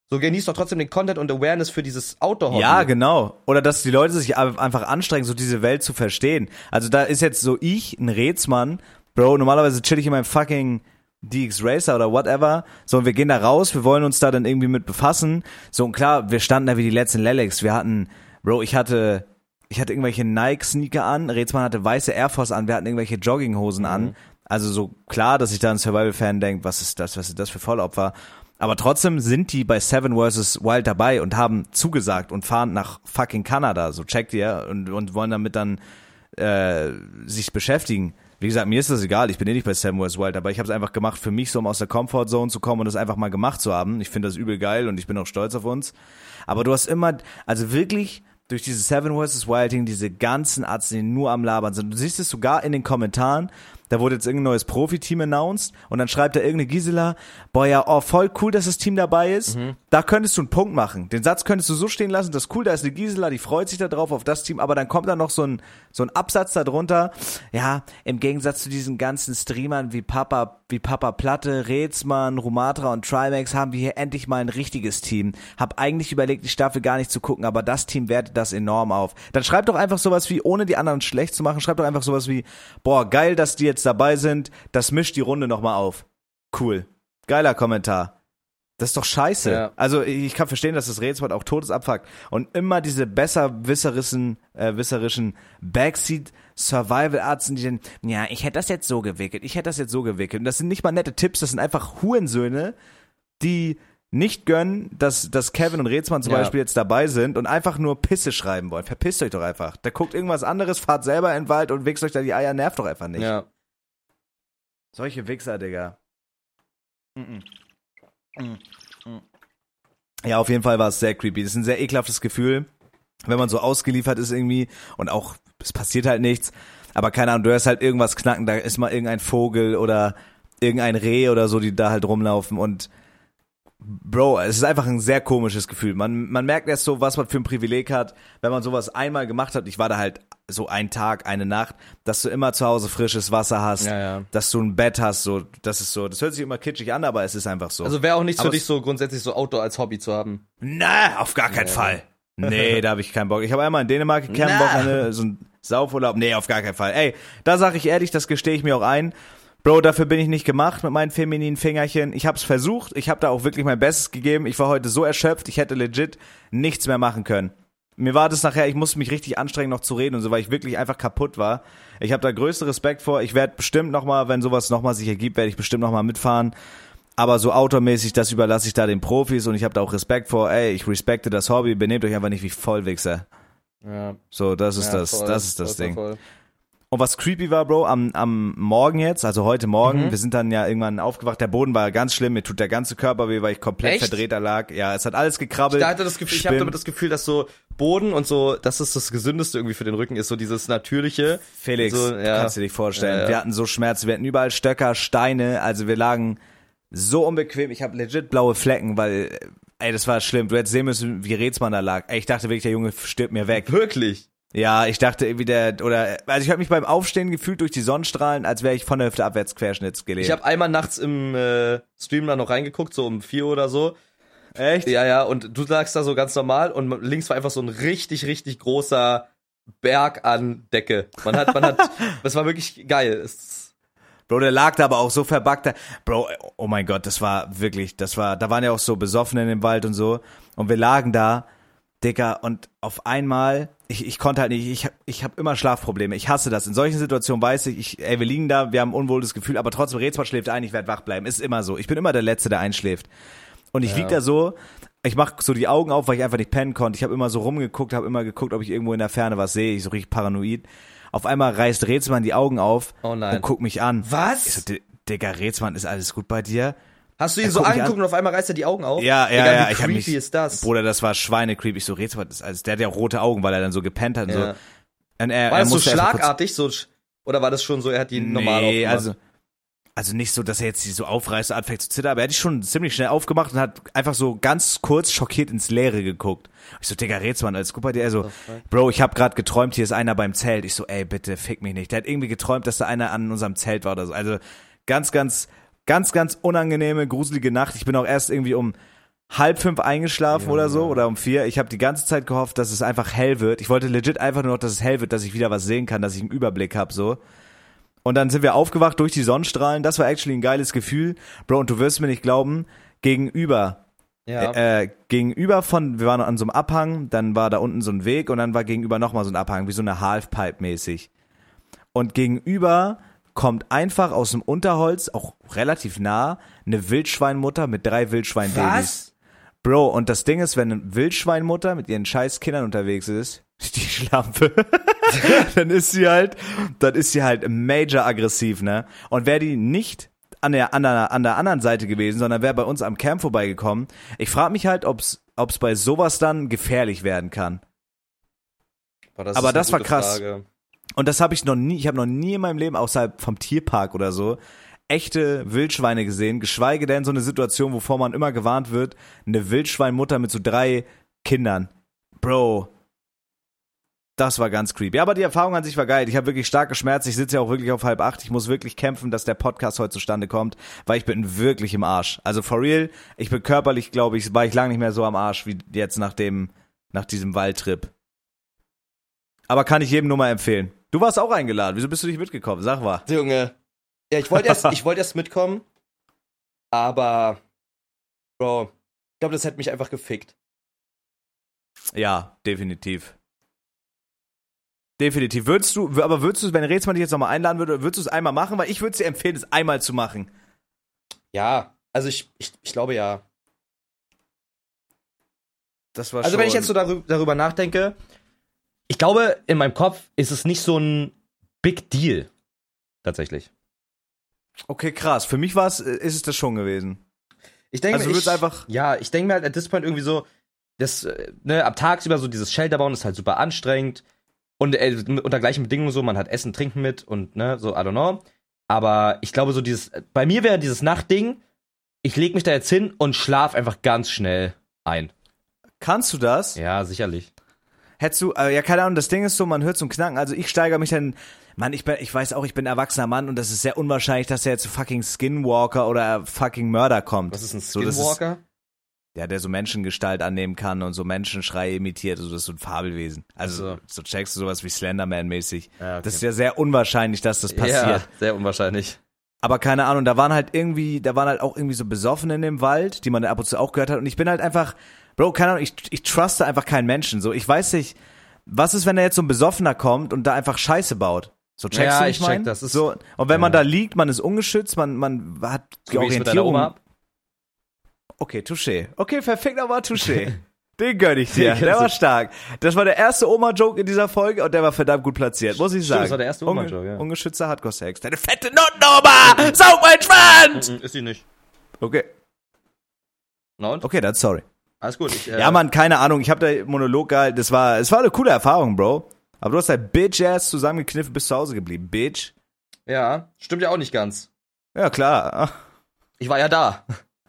So genießt doch trotzdem den Content und Awareness für dieses Outdoor-Hobby. Ja, genau. Oder dass die Leute sich einfach anstrengen, so diese Welt zu verstehen. Also da ist jetzt so ich, ein Rätsmann, Bro, normalerweise chill ich in meinem fucking D X Racer oder whatever. So, und wir gehen da raus, wir wollen uns da dann irgendwie mit befassen. So, und klar, wir standen da wie die letzten Lelex. Wir hatten, Bro, ich hatte, ich hatte irgendwelche Nike-Sneaker an, Rätsmann hatte weiße Air Force an, wir hatten irgendwelche Jogginghosen mhm. an. Also so klar, dass ich da ein Survival-Fan denke, was ist das, was ist das für Vollopfer? Aber trotzdem sind die bei Seven versus. Wild dabei und haben zugesagt und fahren nach fucking Kanada, so checkt ihr, und, und wollen damit dann äh, sich beschäftigen. Wie gesagt, mir ist das egal, ich bin eh nicht bei Seven versus. Wild dabei. Ich habe es einfach gemacht für mich, so um aus der Comfortzone zu kommen und das einfach mal gemacht zu haben. Ich finde das übel geil und ich bin auch stolz auf uns. Aber du hast immer, also wirklich durch dieses Seven versus. Wild-Ding, diese ganzen Arzt, die nur am Labern sind. Du siehst es sogar in den Kommentaren, da wurde jetzt irgendein neues Profi-Team announced und dann schreibt da irgendeine Gisela, boah ja, oh, voll cool, dass das Team dabei ist. Mhm. Da könntest du einen Punkt machen. Den Satz könntest du so stehen lassen, das ist cool, da ist eine Gisela, die freut sich da drauf auf das Team, aber dann kommt da noch so ein so ein Absatz da drunter. Ja, im Gegensatz zu diesen ganzen Streamern wie Papa, wie Papa Platte, Rätsmann, Rumatra und Trimax haben wir hier endlich mal ein richtiges Team. Hab eigentlich überlegt, die Staffel gar nicht zu gucken, aber das Team wertet das enorm auf. Dann schreib doch einfach sowas wie, ohne die anderen schlecht zu machen, schreib doch einfach sowas wie, boah, geil, dass die jetzt dabei sind, das mischt die Runde nochmal auf. Cool. Geiler Kommentar. Das ist doch scheiße. Ja. Also ich kann verstehen, dass das Rätsel auch totes abfuckt. Und immer diese besserwisserischen, äh, wisserischen Backseat-Survival-Arzten, die dann, ja, ich hätte das jetzt so gewickelt, ich hätte das jetzt so gewickelt. Und das sind nicht mal nette Tipps, das sind einfach Hurensöhne, die nicht gönnen, dass, dass Kevin und Rätsmann zum ja. Beispiel jetzt dabei sind und einfach nur Pisse schreiben wollen. Verpisst euch doch einfach. Der guckt irgendwas anderes, fahrt selber in den Wald und wichst euch da die Eier, nervt doch einfach nicht. Ja. Solche Wichser, Digga. Mm-mm. Mm-mm. Ja, auf jeden Fall war es sehr creepy. Das ist ein sehr ekelhaftes Gefühl, wenn man so ausgeliefert ist irgendwie und auch, es passiert halt nichts, aber keine Ahnung, du hörst halt irgendwas knacken, da ist mal irgendein Vogel oder irgendein Reh oder so, die da halt rumlaufen und Bro, es ist einfach ein sehr komisches Gefühl. Man, man merkt erst so, was man für ein Privileg hat, wenn man sowas einmal gemacht hat. Ich war da halt so ein Tag, eine Nacht, dass du immer zu Hause frisches Wasser hast, ja, ja. dass du ein Bett hast, so, das ist so, das hört sich immer kitschig an, aber es ist einfach so. Also wäre auch nichts aber für dich so grundsätzlich so Outdoor als Hobby zu haben? Na, auf gar keinen nee. Fall. Nee, da habe ich keinen Bock. Ich habe einmal in Dänemark gecampt, Wochenende, so ein Saufurlaub. Nee, auf gar keinen Fall. Ey, da sag ich ehrlich, das gestehe ich mir auch ein. Bro, dafür bin ich nicht gemacht mit meinen femininen Fingerchen. Ich hab's versucht, ich hab da auch wirklich mein Bestes gegeben. Ich war heute so erschöpft, ich hätte legit nichts mehr machen können. Mir war das nachher, ich musste mich richtig anstrengen, noch zu reden und so, weil ich wirklich einfach kaputt war. Ich habe da größten Respekt vor. Ich werde bestimmt nochmal, wenn sowas nochmal sich ergibt, werde ich bestimmt nochmal mitfahren. Aber so outdoormäßig, das überlasse ich da den Profis und ich habe da auch Respekt vor. Ey, ich respekte das Hobby, benehmt euch einfach nicht wie Vollwichser. Ja. So, das ist ja, das, voll, das ist das Ding. Voll. Und was creepy war, Bro, am, am Morgen jetzt, also heute Morgen, mhm. wir sind dann ja irgendwann aufgewacht, der Boden war ganz schlimm, mir tut der ganze Körper weh, weil ich komplett Echt? verdreht da lag. Ja, es hat alles gekrabbelt. Ich hatte das Gefühl, ich habe damit das Gefühl, dass so Boden und so, dass es das Gesündeste irgendwie für den Rücken ist, so dieses natürliche. Felix, so, ja. kannst du dir nicht vorstellen. Ja, ja. Wir hatten so Schmerzen, wir hatten überall Stöcker, Steine, also wir lagen so unbequem. Ich habe legit blaue Flecken, weil, ey, das war schlimm. Du hättest sehen müssen, wie Rätsmann da lag. Ey, ich dachte wirklich, der Junge stirbt mir weg. Wirklich? Ja, ich dachte irgendwie der, oder, also ich habe mich beim Aufstehen gefühlt durch die Sonnenstrahlen, als wäre ich von der Hüfte abwärts querschnitts gelegt. Ich habe einmal nachts im äh, Stream da noch reingeguckt, so um vier oder so. Echt? Ja, ja, und du lagst da so ganz normal und links war einfach so ein richtig, richtig großer Berg an Decke. Man hat, man hat, das war wirklich geil. Es Bro, der lag da aber auch so verbackt. Bro, oh mein Gott, das war wirklich, das war, da waren ja auch so Besoffene in dem Wald und so. Und wir lagen da, Dicker, und auf einmal, ich, ich konnte halt nicht, ich, ich habe immer Schlafprobleme, ich hasse das. In solchen Situationen weiß ich, ich, ey, wir liegen da, wir haben ein unwohles Gefühl, aber trotzdem, Rätsmann schläft ein, ich werde wach bleiben. Ist immer so. Ich bin immer der Letzte, der einschläft. Und ich ja. lieg da so, ich mach so die Augen auf, weil ich einfach nicht pennen konnte. Ich habe immer so rumgeguckt, habe immer geguckt, ob ich irgendwo in der Ferne was sehe. Ich so richtig paranoid. Auf einmal reißt Rätsmann die Augen auf oh nein. und guckt mich an. Was? Ich so, Digga, Rätsmann, ist alles gut bei dir? Hast du ihn so angeguckt und auf einmal reißt er die Augen auf? Ja, ja, Digga, ja. Wie ich creepy mich, ist das? Bruder, das war schweinecreepy. Ich so, Rätsmann, das, also der hat ja rote Augen, weil er dann so gepennt hat und ja. so. Und er, war er das so musste schlagartig? So, oder war das schon so, er hat die normal nee, aufgemacht? also, also nicht so, dass er jetzt die so aufreißt und anfängt zu zittern, aber er hat die schon ziemlich schnell aufgemacht und hat einfach so ganz kurz schockiert ins Leere geguckt. Ich so, Digga, Rätsmann, alles gut bei dir? Er so, Bro, ich hab grad geträumt, hier ist einer beim Zelt. Ich so, ey, bitte, fick mich nicht. Der hat irgendwie geträumt, dass da einer an unserem Zelt war oder so. Also ganz, ganz, ganz, ganz unangenehme, gruselige Nacht. Ich bin auch erst irgendwie um halb fünf eingeschlafen Ja. oder so oder um vier. Ich habe die ganze Zeit gehofft, dass es einfach hell wird. Ich wollte legit einfach nur noch, dass es hell wird, dass ich wieder was sehen kann, dass ich einen Überblick habe so. Und dann sind wir aufgewacht durch die Sonnenstrahlen. Das war actually ein geiles Gefühl. Bro, und du wirst mir nicht glauben, gegenüber Ja. Äh, gegenüber von, wir waren an so einem Abhang, dann war da unten so ein Weg und dann war gegenüber nochmal so ein Abhang, wie so eine Halfpipe mäßig. Und gegenüber kommt einfach aus dem Unterholz, auch relativ nah, eine Wildschweinmutter mit drei Wildschweinbabys. Bro, und das Ding ist, wenn eine Wildschweinmutter mit ihren scheiß Kindern unterwegs ist, die Schlampe, dann ist sie halt, dann ist sie halt major aggressiv, ne? Und wäre die nicht an der, an der, an der anderen Seite gewesen, sondern wäre bei uns am Camp vorbeigekommen. Ich frage mich halt, ob's, ob's bei sowas dann gefährlich werden kann. Boah, das aber ist eine das war gute krass. Frage. Und das habe ich noch nie, ich habe noch nie in meinem Leben außerhalb vom Tierpark oder so echte Wildschweine gesehen, geschweige denn so eine Situation, wovor man immer gewarnt wird, eine Wildschweinmutter mit so drei Kindern. Bro, das war ganz creepy. Ja, aber die Erfahrung an sich war geil. Ich habe wirklich stark geschmerzt. Ich sitze ja auch wirklich auf halb acht. Ich muss wirklich kämpfen, dass der Podcast heute zustande kommt, weil ich bin wirklich im Arsch. Also for real, ich bin körperlich, glaube ich, war ich lange nicht mehr so am Arsch wie jetzt nach dem, nach diesem Waldtrip. Aber kann ich jedem nur mal empfehlen. Du warst auch eingeladen. Wieso bist du nicht mitgekommen? Sag mal. Junge. Ja, ich wollte erst, ich wollte erst mitkommen, aber Bro, ich glaube, das hätte mich einfach gefickt. Ja, definitiv. Definitiv. Würdest du, aber würdest du, wenn Rätsmann dich jetzt nochmal einladen würde, würdest du es einmal machen? Weil ich würde es dir empfehlen, es einmal zu machen. Ja, also ich, ich, ich glaube ja. Das war Also schon wenn ich jetzt so darüber, darüber nachdenke, ich glaube, in meinem Kopf ist es nicht so ein Big Deal. Tatsächlich. Okay, krass. Für mich war es, ist es das schon gewesen. Ich denke Also mir, du würdest ich, einfach- ja, ich denke mir halt at this point irgendwie so, das, äh, ne, ab tagsüber so dieses Shelter bauen ist halt super anstrengend. Und äh, unter gleichen Bedingungen so, man hat Essen, Trinken mit und ne, so, I don't know. Aber ich glaube so dieses, bei mir wäre dieses Nachtding, ich leg mich da jetzt hin und schlaf einfach ganz schnell ein. Kannst du das? Ja, sicherlich. Hättest du, äh, ja, keine Ahnung, das Ding ist so, man hört so ein Knacken, also ich steigere mich dann, Mann, ich bin, ich weiß auch, ich bin ein erwachsener Mann und das ist sehr unwahrscheinlich, dass er jetzt fucking Skinwalker oder fucking Mörder kommt. Was ist ein So, das ist- Skinwalker? Ja, der so Menschengestalt annehmen kann und so Menschenschreie imitiert, also das ist so ein Fabelwesen. Also, Ach so checkst du sowas wie Slenderman-mäßig. Ja, okay. Das ist ja sehr unwahrscheinlich, dass das passiert. Ja, sehr unwahrscheinlich. Aber keine Ahnung, da waren halt irgendwie, da waren halt auch irgendwie so Besoffene in dem Wald, die man ab und zu auch gehört hat. Und ich bin halt einfach, Bro, keine Ahnung, ich, ich truste einfach keinen Menschen. So, ich weiß nicht, was ist, wenn da jetzt so ein Besoffener kommt und da einfach Scheiße baut? So checkst Ja, du, wie ich ich mein? check, das ist- so. Und wenn man ja. da liegt, man ist ungeschützt, man, man hat die So wie ich's mit deiner Orientierung. Oma hab. Okay, touché. Okay, perfekt, aber touché. Den gönn ich dir. Den Der kannst war du- stark. Das war der erste Oma-Joke in dieser Folge und der war verdammt gut platziert, muss ich Stimmt, sagen. das war der erste Oma-Joke, ja. Ungeschützter Hardcore-Sex. Deine fette Nuttenoma! Saug mein Schwanz! Ist sie nicht. Okay. Na und? Okay, dann sorry. Alles gut. Ich, äh, Ja, Mann, keine Ahnung. Ich hab da Monolog gehalten. Das war, es war eine coole Erfahrung, Bro. Aber du hast dein Bitch-Ass zusammengekniffen, bist zu Hause geblieben. Bitch. Ja, stimmt ja auch nicht ganz. Ja, klar. Ich war ja da.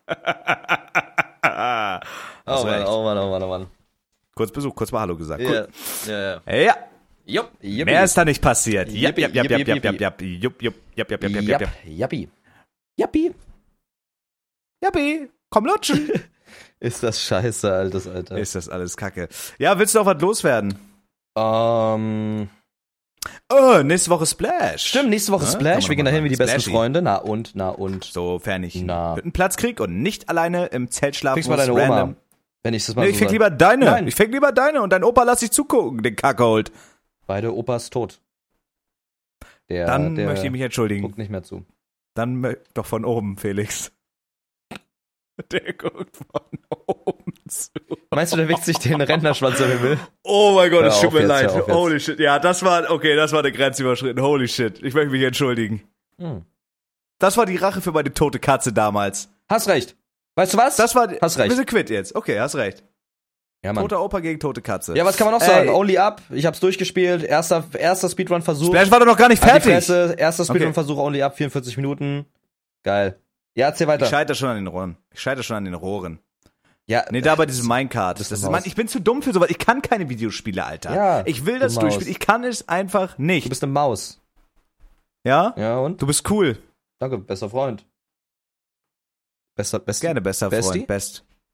Hast Oh Mann, recht. oh Mann, oh Mann, oh Mann. Kurz Besuch, kurz mal Hallo gesagt. Ja, Cool. ja, ja. Ja. Jupp, jupp, Mehr ist da nicht passiert. Jap, Yippie, jap, jap, jap, yippie, jap, jap, jupp, jupp, jap, jap, jap, jap, Japp, jap. Jappi. Jappi. Jappi, komm lutschen. Ist das scheiße, altes Alter. Ist das alles kacke. Ja, willst du noch was loswerden? Ähm, Oh, nächste Woche Splash. stimmt, nächste Woche Ja, kann Splash. man Wir gehen noch mal dahin wie die sagen. besten Splashy. Freunde. Na und, na und. Sofern ich Na. einen Platz krieg und nicht alleine im Zelt schlafen Kriegst mal muss, deine random. Oma. Wenn ich das mal Nee, so ich fick sag. lieber deine. Nein. Ich fick lieber deine und dein Opa lass dich zugucken, den Kackhold. Beide Opas tot. Der, Dann der möchte ich mich entschuldigen. guckt nicht mehr zu. Dann mö- doch von oben, Felix. Der guckt von oben zu. Meinst du, der wächst sich den Rentnerschwanz am Himmel? Oh mein Gott, Hör es tut auf mir jetzt, leid. hör auf jetzt. Holy shit. Ja, das war, okay, das war eine Grenze überschritten. Holy shit. Ich möchte mich entschuldigen. Hm. Das war die Rache für meine tote Katze damals. Hast recht. Weißt du was? Das war, Hast recht. wir sind quitt jetzt. Okay, hast recht. ja, Mann. Toter Opa gegen tote Katze. Ja, was kann man noch Ey. sagen? Only Up. Ich hab's durchgespielt. Erster, erster Speedrun-Versuch. Splash war doch noch gar nicht An die fertig. Fresse. Erster Okay. Speedrun-Versuch, Only Up, vierundvierzig Minuten. Geil. Ja, erzähl Ich weiter. scheitere schon an den Rohren. Ich scheitere schon an den Rohren. Ja, Nee, da bei diesem Minecart. das Das ist ist, eine Mann, Maus. ich bin zu dumm für sowas. Ich kann keine Videospiele, Alter. Ja, ich will das du Maus. durchspielen. Ich kann es einfach du nicht. bist eine Maus. Ja? Ja, und? Du bist cool. Danke, bester Freund. Bester, bester. Gerne, bester Bestie? Freund. Best.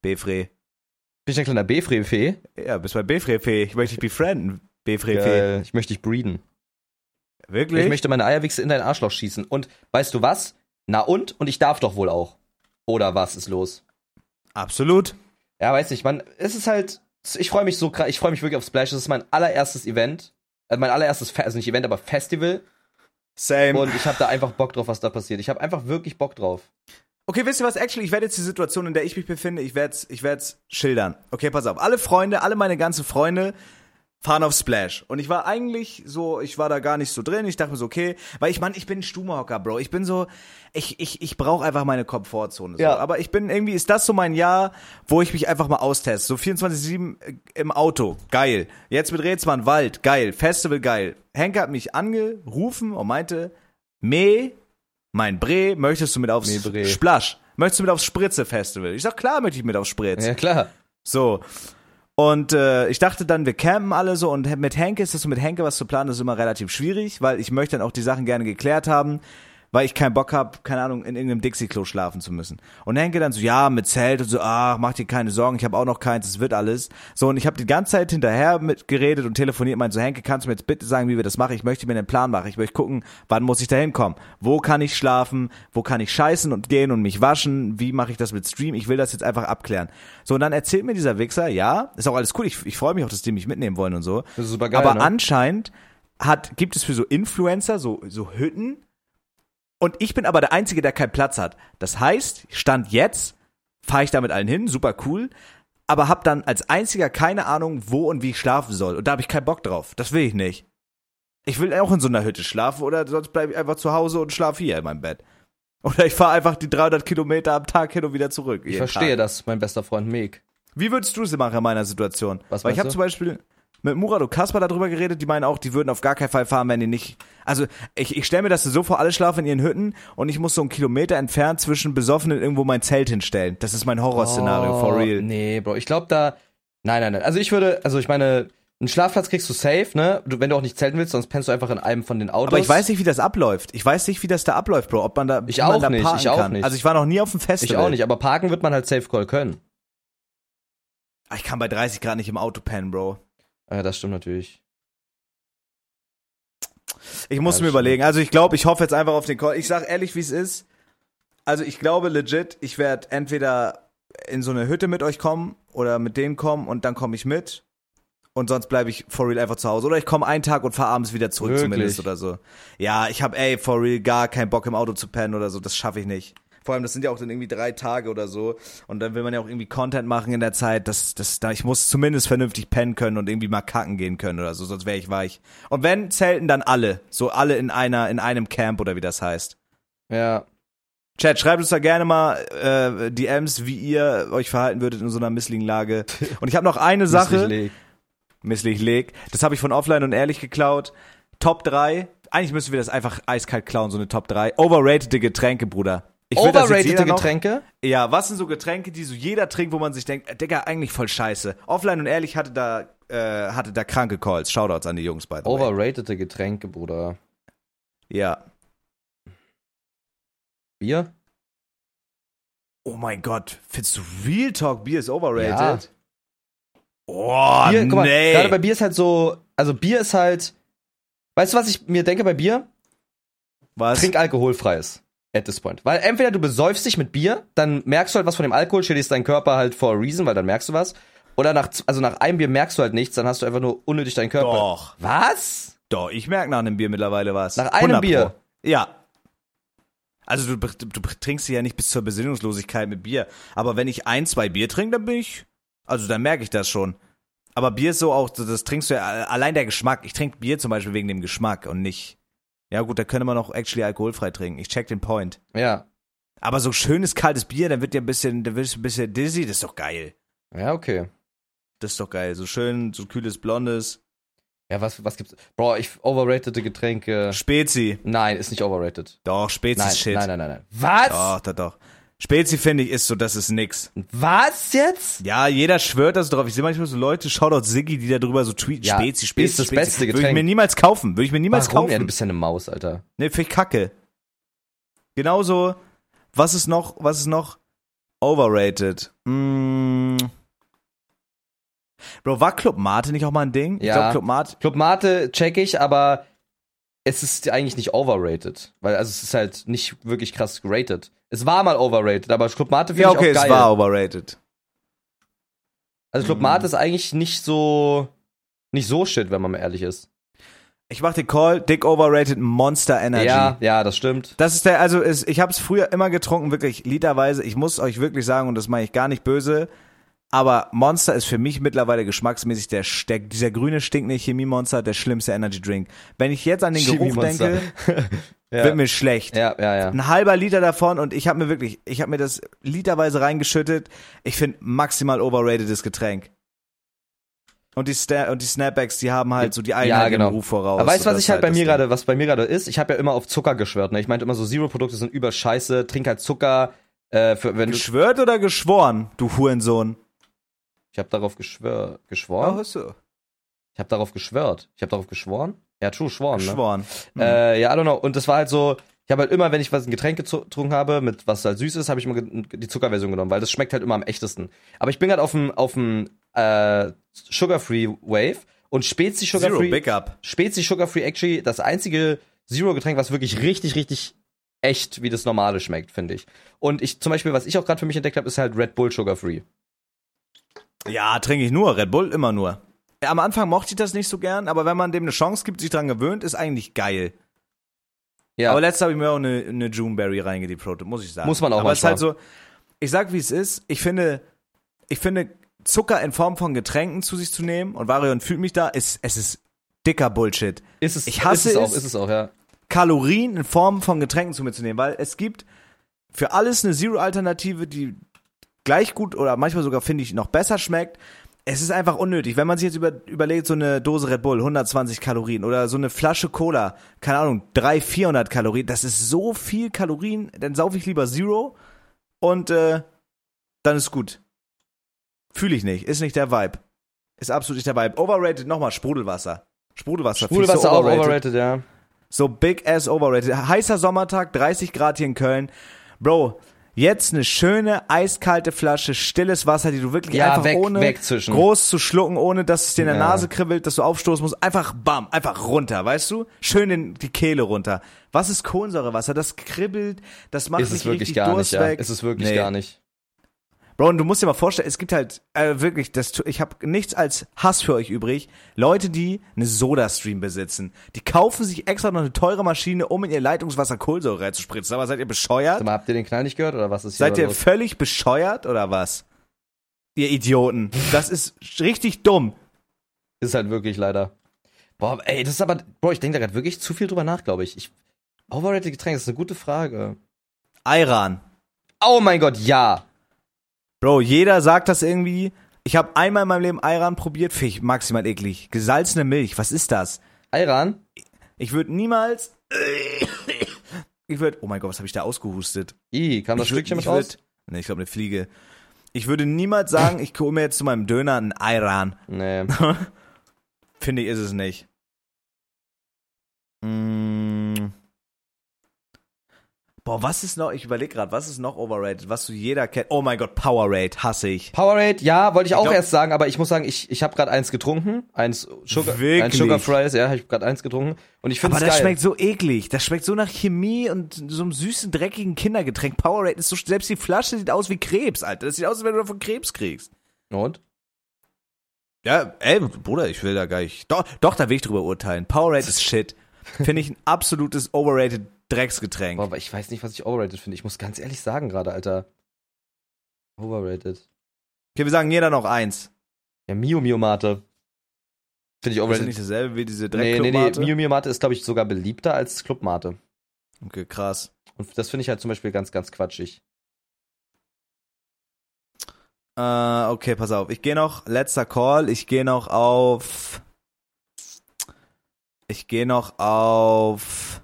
Befre. Bin ich ein kleiner Befre-Fee? Ja, bist bei Befre-Fee. Ich möchte dich befrienden, Befre-Fee. Geil. Ich möchte dich breeden. Wirklich? Ich möchte meine Eierwichse in dein Arschloch schießen. Und weißt du was? Na und? Und ich darf doch wohl auch. Oder was ist los? Absolut. Ja, weiß nicht, man, es ist halt, ich freue mich so krass, ich freue mich wirklich auf Splash. Das ist mein allererstes Event. Äh, mein allererstes, Fe- also nicht Event, aber Festival. Same. Und ich habe da einfach Bock drauf, was da passiert. Ich habe einfach wirklich Bock drauf. Okay, wisst ihr was? Actually, ich werde jetzt die Situation, in der ich mich befinde, ich werde es ich werd's schildern. Okay, pass auf. Alle Freunde, alle meine ganzen Freunde fahren auf Splash. Und ich war eigentlich so, ich war da gar nicht so drin. Ich dachte mir so, okay, weil ich, Mann, ich bin ein Stubenhocker, Bro. Ich bin so, ich, ich, ich brauche einfach meine Komfortzone. So. Ja. Aber ich bin irgendwie, ist das so mein Jahr, wo ich mich einfach mal austeste. So vierundzwanzig sieben im Auto, geil. Jetzt mit Rätsmann, Wald, geil. Festival, geil. Henke hat mich angerufen und meinte, Me, mein Bre, möchtest du mit aufs Me Bre. Splash? Möchtest du mit aufs Spritze-Festival? Ich sag, klar möchte ich mit aufs Spritz. Ja, klar. So. Und äh, ich dachte dann, wir campen alle so und mit Henke ist das so, mit Henke was zu planen, das ist immer relativ schwierig, weil ich möchte dann auch die Sachen gerne geklärt haben, weil ich keinen Bock habe, keine Ahnung, in irgendeinem Dixie-Klo schlafen zu müssen. Und Henke dann so, ja, mit Zelt und so, ach, mach dir keine Sorgen, ich habe auch noch keins, es wird alles. So, und ich habe die ganze Zeit hinterher mit geredet und telefoniert, meinte so, Henke, kannst du mir jetzt bitte sagen, wie wir das machen? Ich möchte mir einen Plan machen, ich möchte gucken, wann muss ich da hinkommen? Wo kann ich schlafen? Wo kann ich scheißen und gehen und mich waschen? Wie mache ich das mit Stream? Ich will das jetzt einfach abklären. So, und dann erzählt mir dieser Wichser, ja, ist auch alles cool, ich, ich freue mich auch, dass die mich mitnehmen wollen und so. Das ist super geil, Aber ne? anscheinend hat, gibt es für so Influencer so, so Hütten. Und ich bin aber der Einzige, der keinen Platz hat. Das heißt, Stand jetzt, fahre ich da mit allen hin, super cool, aber hab dann als Einziger keine Ahnung, wo und wie ich schlafen soll. Und da habe ich keinen Bock drauf. Das will ich nicht. Ich will auch in so einer Hütte schlafen oder sonst bleibe ich einfach zu Hause und schlafe hier in meinem Bett. Oder ich fahre einfach die dreihundert Kilometer am Tag hin und wieder zurück. Ich verstehe Tag. das, mein bester Freund Meg. Wie würdest du es machen in meiner Situation? Was Weil ich meinst habe du? zum Beispiel mit Murat und Kasper darüber geredet, die meinen auch, die würden auf gar keinen Fall fahren, wenn die nicht. Also ich, ich stelle mir das so vor, alle schlafen in ihren Hütten und ich muss so einen Kilometer entfernt zwischen Besoffenen irgendwo mein Zelt hinstellen. Das ist mein Horrorszenario, for real. Nee, Bro, ich glaube da, nein, nein, nein. Also ich würde, also ich meine, einen Schlafplatz kriegst du safe, ne? Du, wenn du auch nicht zelten willst, sonst pennst du einfach in einem von den Autos. Aber ich weiß nicht, wie das abläuft. Ich weiß nicht, wie das da abläuft, Bro. Ob man da, Ich wie man auch da nicht, parken ich auch kann. nicht. Also ich war noch nie auf dem Ich Festival. auch nicht, aber parken wird man halt safe call können. Ich kann bei dreißig Grad nicht im Auto pennen, Bro. Ja, das stimmt natürlich. Ich muss Ja, mir das überlegen. Also ich glaube, ich hoffe jetzt einfach auf den Call. Ich sag ehrlich, wie es ist. Also ich glaube legit, ich werde entweder in so eine Hütte mit euch kommen oder mit denen kommen und dann komme ich mit. Und sonst bleibe ich for real einfach zu Hause. Oder ich komme einen Tag und fahre abends wieder zurück Wirklich? zumindest oder so. Ja, ich habe ey, for real gar keinen Bock im Auto zu pennen oder so. Das schaffe ich nicht. Vor allem, das sind ja auch dann irgendwie drei Tage oder so. Und dann will man ja auch irgendwie Content machen in der Zeit. Das, das, da, ich muss zumindest vernünftig pennen können und irgendwie mal kacken gehen können oder so. Sonst wäre ich weich. Und wenn, zelten dann alle. So alle in einer, in einem Camp oder wie das heißt. Ja. Chat, schreibt uns da gerne mal äh, D Ms, wie ihr euch verhalten würdet in so einer misslichen Lage. Und ich habe noch eine Sache. Misslich leg. Misslich leg. Das habe ich von Offline und Ehrlich geklaut. Top drei. Eigentlich müssen wir das einfach eiskalt klauen, so eine Top drei. Overratede Getränke, Bruder. Ich will, dass jetzt Overratede jeder noch- Getränke? Ja, was sind so Getränke, die so jeder trinkt, wo man sich denkt, äh, Digga, eigentlich voll scheiße. Offline und Ehrlich hatte da, äh, hatte da kranke Calls. Shoutouts an die Jungs, by the way. Overratede Getränke, Bruder. Ja. Bier? Oh mein Gott, findest du Real Talk, Bier ist overrated? Ja. Oh, Bier, guck mal, nee. gerade bei Bier ist halt so, also Bier ist halt, weißt du, was ich mir denke bei Bier? Was? Trink alkoholfreies. At this point. Weil entweder du besäufst dich mit Bier, dann merkst du halt was von dem Alkohol, schädigst deinen Körper halt for a reason, weil dann merkst du was. Oder nach, also nach einem Bier merkst du halt nichts, dann hast du einfach nur unnötig deinen Körper. Doch. Was? Doch, ich merke nach einem Bier mittlerweile was. Nach einem hundert Bier? Pro. Ja. Also du, du, du trinkst dich ja nicht bis zur Besinnungslosigkeit mit Bier. Aber wenn ich ein, zwei Bier trinke, dann bin ich, also dann merke ich das schon. Aber Bier ist so auch, das trinkst du ja, allein der Geschmack. Ich trinke Bier zum Beispiel wegen dem Geschmack und nicht, ja gut, da könnte man auch actually alkoholfrei trinken. Ich check den Point. Ja. Aber so schönes, kaltes Bier, dann wird dir ein bisschen, dann wird es ein bisschen dizzy, das ist doch geil. Ja, okay. Das ist doch geil. So schön, so kühles, blondes. Ja, was, was gibt's? Bro, ich overratede Getränke. Spezi. Nein, ist nicht overrated. Doch, Spezi Nein, ist shit. nein, nein, nein, nein. Was? Doch, doch, doch. Spezi, finde ich, ist so, das ist nix. Was jetzt? Ja, jeder schwört das drauf. Ich sehe manchmal so Leute, Shoutout Siggi, die da drüber so tweeten, Ja, Spezi, Spezi, ist das Spezi. beste Würde ich Getränk. mir niemals kaufen. Würde ich mir niemals Warum? kaufen. Ja, du bist ja eine Maus, Alter. Nee, finde ich kacke. Genauso, was ist noch, was ist noch? Overrated. Mm. Bro, war Club Mate nicht auch mal ein Ding? Ich Ja. glaube, Club Mate. Club Mate check ich, aber es ist eigentlich nicht overrated. Weil, also es ist halt nicht wirklich krass gerated. Es war mal overrated, aber Club Mate finde Ja, ich okay, auch geil. es war overrated. Also Club Mhm. Mate ist eigentlich nicht so, nicht so shit, wenn man mal ehrlich ist. Ich mach den Call, dick overrated Monster Energy. Ja, ja, das stimmt. Das ist der, also ist, ich habe es früher immer getrunken, wirklich literweise. Ich muss euch wirklich sagen, und das meine ich gar nicht böse, aber Monster ist für mich mittlerweile geschmacksmäßig der, der dieser grüne stinkende Chemie-Monster der schlimmste Energy Drink. Wenn ich jetzt an den Geruch Chemie-Monster. denke, Ja. wird mir schlecht. Ja, ja, ja. Ein halber Liter davon und ich habe mir wirklich, ich habe mir das literweise reingeschüttet. Ich finde maximal overratedes Getränk. Und die, Sta- und die Snapbacks, die haben halt so die Einheit Ja, genau. im Ruf voraus. Aber weißt du, Und was das ich halt bei das mir Ding. gerade, was bei mir gerade ist? Ich habe ja immer auf Zucker geschwört, ne? Ich meinte immer so, Zero-Produkte sind über Scheiße, trink halt Zucker, äh, für, wenn du, Geschwört oder geschworen, du Hurensohn? ich habe darauf geschwör, Oh, geschworen? hast du. Ich habe darauf geschwört. Ich habe darauf geschworen? Ja, true, schworen, ne? Geschworen. Hm. Äh, ja, I don't know. Und das war halt so, ich habe halt immer, wenn ich was ein Getränk gezu- getrunken habe, mit was halt süß ist, habe ich immer ge- die Zuckerversion genommen, weil das schmeckt halt immer am echtesten. Aber ich bin gerade auf dem auf dem äh, Sugar-Free Wave und Spezi Zero, Sugar-Free big up. Spezi Sugar-Free actually das einzige Zero-Getränk, was wirklich richtig, richtig echt wie das normale schmeckt, finde ich. Und ich zum Beispiel, was ich auch gerade für mich entdeckt habe, ist halt Red Bull Sugar-Free. Ja, trinke ich nur, Red Bull immer nur. Am Anfang mochte ich das nicht so gern, aber wenn man dem eine Chance gibt, sich dran gewöhnt, ist eigentlich geil. Ja, Aber letztes habe ich mir auch eine, eine Juneberry reingedeprotet, muss ich sagen. Muss man auch Aber es ist halt manchmal. so, ich sag wie es ist, ich finde, ich finde, Zucker in Form von Getränken zu sich zu nehmen, und Varion fühlt mich da, ist, es ist dicker Bullshit. ist es, ich hasse ist es auch, es. ist es auch, ja. Kalorien in Form von Getränken zu mir zu nehmen, weil es gibt für alles eine Zero-Alternative, die gleich gut oder manchmal sogar, finde ich, noch besser schmeckt. Es ist einfach unnötig. Wenn man sich jetzt über, überlegt, so eine Dose Red Bull, hundertzwanzig Kalorien oder so eine Flasche Cola, keine Ahnung, dreihundert, vierhundert Kalorien, das ist so viel Kalorien, dann saufe ich lieber Zero und äh, dann ist gut. Fühle ich nicht, ist nicht der Vibe. Ist absolut nicht der Vibe. Overrated, nochmal, Sprudelwasser. Sprudelwasser. finde ich Sprudelwasser so auch overrated, ja. So big ass overrated. Heißer Sommertag, dreißig Grad hier in Köln. Bro, jetzt eine schöne, eiskalte Flasche, stilles Wasser, die du wirklich Ja, einfach weg, ohne wegzischen. groß zu schlucken, ohne dass es dir in der Ja. Nase kribbelt, dass du aufstoßen musst. Einfach bam, einfach runter, weißt du? Schön in die Kehle runter. Was ist Kohlensäurewasser? Das kribbelt, das macht Ist nicht es wirklich richtig gar Durst nicht, ja. weg. Ist es wirklich Nee. gar nicht. Bro, und du musst dir mal vorstellen, es gibt halt äh, wirklich, das, tu- ich habe nichts als Hass für euch übrig. Leute, die eine Soda-Stream besitzen, die kaufen sich extra noch eine teure Maschine, um in ihr Leitungswasser Kohlensäure reinzuspritzen. Aber seid ihr bescheuert? Sag mal, habt ihr den Knall nicht gehört oder was ist hier Seid ihr los? völlig bescheuert oder was? Ihr Idioten. Das ist richtig dumm. Ist halt wirklich leider. Boah, ey, das ist aber, Bro, ich denke da gerade wirklich zu viel drüber nach, glaube ich. ich. Overrated Getränk, das ist eine gute Frage. Ayran. Oh mein Gott, ja. Bro, jeder sagt das irgendwie. Ich habe einmal in meinem Leben Ayran probiert, finde ich maximal eklig. Gesalzene Milch, was ist das? Ayran? Ich würde niemals. Ich würde. Oh mein Gott, was habe ich da ausgehustet? I, kam das Ich würd- Stückchen mit ich würd- raus? Nee, ich glaube eine Fliege. Ich würde niemals sagen, ich hole mir jetzt zu meinem Döner einen Ayran. Nee. Finde ich, ist es nicht. Mm. Boah, was ist noch, ich überlege gerade, was ist noch overrated, was du jeder kennt. Oh mein Gott, Powerade, hasse ich. Powerade, ja, wollte ich auch glaub- erst sagen, aber ich muss sagen, ich, ich habe gerade eins getrunken. Eins Sugar, Wirklich? eins Sugar Fries, ja, ich habe gerade eins getrunken. Und ich finde Aber es das geil. schmeckt so eklig. Das schmeckt so nach Chemie und so einem süßen, dreckigen Kindergetränk. Powerade ist so, selbst die Flasche sieht aus wie Krebs, Alter. Das sieht aus, als wenn du davon Krebs kriegst. Und? Ja, ey, Bruder, ich will da gar nicht. Doch, doch da will ich drüber urteilen. Powerade ist Shit. Finde ich ein absolutes overrated Drecksgetränk. Boah, aber ich weiß nicht, was ich overrated finde. Ich muss ganz ehrlich sagen gerade, Alter. Overrated. Okay, wir sagen jeder noch eins. Ja, Mio Mio Mate. Finde ich Ist ja overrated. nicht dasselbe wie diese Nee, nee, nee, Dreckclub-Mate? Mio Mio Mate ist, glaube ich, sogar beliebter als Club Mate. Okay, krass. Und das finde ich halt zum Beispiel ganz, ganz quatschig. Äh, okay, pass auf. Ich gehe noch, letzter Call, ich gehe noch auf. Ich gehe noch auf.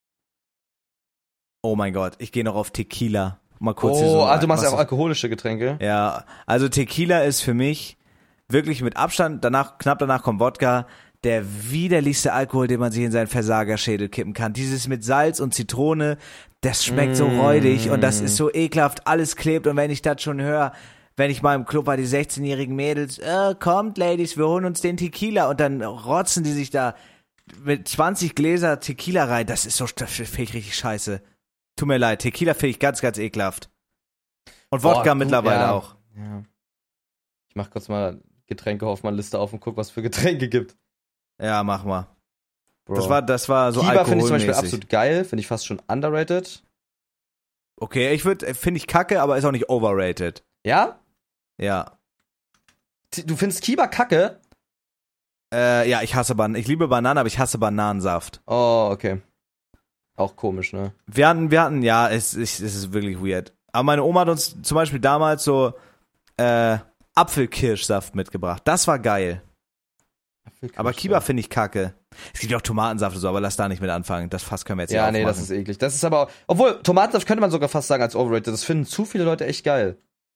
Oh mein Gott, ich gehe noch auf Tequila. Mal kurz hier Oh, so. ah, du machst ja was- auch alkoholische Getränke. Ja, also Tequila ist für mich wirklich mit Abstand, danach, knapp danach kommt Wodka. der widerlichste Alkohol, den man sich in seinen Versagerschädel kippen kann. Dieses mit Salz und Zitrone, das schmeckt so Mm. räudig und das ist so ekelhaft, alles klebt. Und wenn ich das schon höre, wenn ich mal im Club war, die sechzehnjährigen Mädels, äh, kommt Ladies, wir holen uns den Tequila und dann rotzen die sich da mit zwanzig Gläser Tequila rein. Das ist so, das finde ich richtig scheiße. Tut mir leid, Tequila finde ich ganz, ganz ekelhaft. Und Wodka Boah, mittlerweile ja. auch. Ja. Ich mach kurz mal Getränke-Hoffmann-Liste auf und guck, was für Getränke gibt. Ja, mach mal. Bro. Das war, das war so Kiba finde ich zum Beispiel alkoholmäßig. absolut geil, finde ich fast schon underrated. Okay, ich würde, finde ich kacke, aber ist auch nicht overrated. Ja? Ja. Du findest Kiba kacke? Äh, ja, ich hasse Bananen. Ich liebe Bananen, aber ich hasse Bananensaft. Oh, okay. Auch komisch, ne? Wir hatten, wir hatten, ja, es, es, es ist wirklich weird. Aber meine Oma hat uns zum Beispiel damals so äh, Apfelkirschsaft mitgebracht. Das war geil. Aber Kiba finde ich kacke. Es gibt ja auch Tomatensaft und so, aber lass da nicht mit anfangen. Das Fass können wir jetzt Ja, nicht nee, aufmachen. das ist eklig. Das ist aber, obwohl, Tomatensaft könnte man sogar fast sagen als overrated. Das finden zu viele Leute echt geil.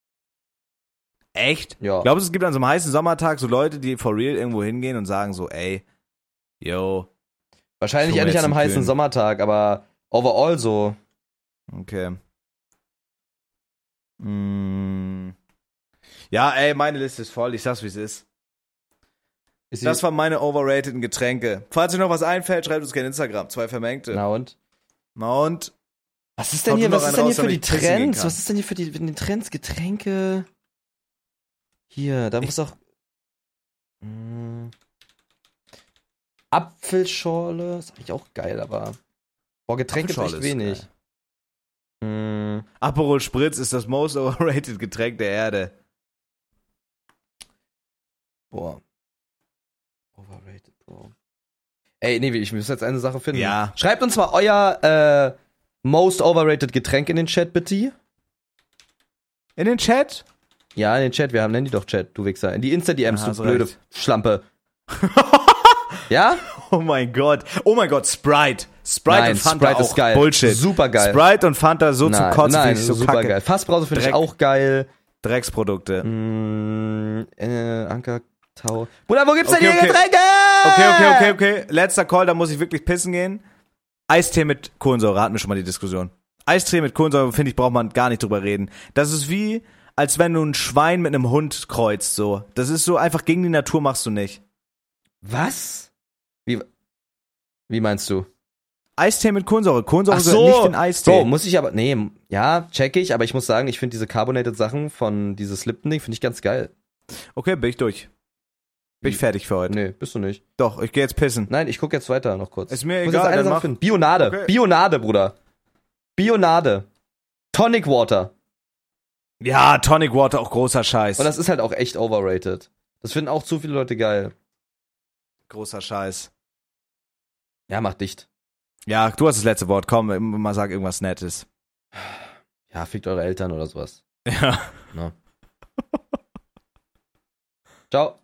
Echt? Ja. Glaubst du, es gibt an so einem heißen Sommertag so Leute, die for real irgendwo hingehen und sagen so, ey, yo, Wahrscheinlich Tu ja mir nicht jetzt an einem einen heißen Kühlen. Sommertag, aber overall so. okay. Mm. Ja, ey, meine Liste ist voll. Ich sag's, wie es ist. Ist sie- Das waren meine overrateden Getränke. Falls euch noch was einfällt, schreibt uns gerne Instagram. Zwei Vermengte. Na und? Na und? Was ist denn Haut hier, nur was noch ist einen denn hier raus, für die damit ich pissen gehen Trends? kann. Was ist denn hier für die, für die Trends? Getränke? Hier, da muss auch. Mh, Apfelschorle, ist eigentlich auch geil, aber. Boah, Getränke ist echt Apfelschorle ist wenig. Mh, Aperol Spritz ist das most overrated Getränk der Erde. boah. Overrated, Bro. Ey, nee, ich muss jetzt eine Sache finden. Ja. Schreibt uns mal euer äh, most overrated Getränk in den Chat, bitte. In den Chat? Ja, in den Chat, wir haben, nenn die doch Chat, du Wichser. In die Insta-D Ms, Ja, du hast blöde recht. Schlampe. Ja? Oh mein Gott. Oh mein Gott, Sprite. Sprite Nein, und Fanta Sprite auch ist geil. Bullshit. Super geil. Sprite und Fanta so nein, zum Kotzen nein, finde ich so super kacke. geil. Fassbrause finde ich Dreck. auch geil. Drecksprodukte. Mm, äh, Anker, Tau. Bruder, wo gibt's Okay, denn hier okay. Getränke? Okay, okay, okay, okay. Letzter Call, da muss ich wirklich pissen gehen. Eistee mit Kohlensäure, hatten wir schon mal die Diskussion. Eistee mit Kohlensäure, finde ich, braucht man gar nicht drüber reden. Das ist wie, als wenn du ein Schwein mit einem Hund kreuzt, so. Das ist so einfach gegen die Natur machst du nicht. Was? Wie, wie meinst du? Eistee mit Kohlensäure. Kohlensäure Ach gehört so. nicht in Eistee. Bro, muss ich aber, nee, ja, check ich, aber ich muss sagen, ich finde diese carbonated Sachen von dieses Lipton-Ding, finde ich ganz geil. Okay, bin ich durch. Bin ich Wie? fertig für heute. Nee, bist du nicht. Doch, ich gehe jetzt pissen. Nein, ich guck jetzt weiter noch kurz. Ist mir Ich muss egal, jetzt eine dann Sache mach. finden. Bionade. Okay. Bionade, Bruder. Bionade. Tonic Water. Ja, Tonic Water, auch großer Scheiß. Und das ist halt auch echt overrated. Das finden auch zu viele Leute geil. Großer Scheiß. Ja, mach dicht. Ja, du hast das letzte Wort. Komm, mal sag irgendwas Nettes. Ja, fickt eure Eltern oder sowas. Ja. Ciao.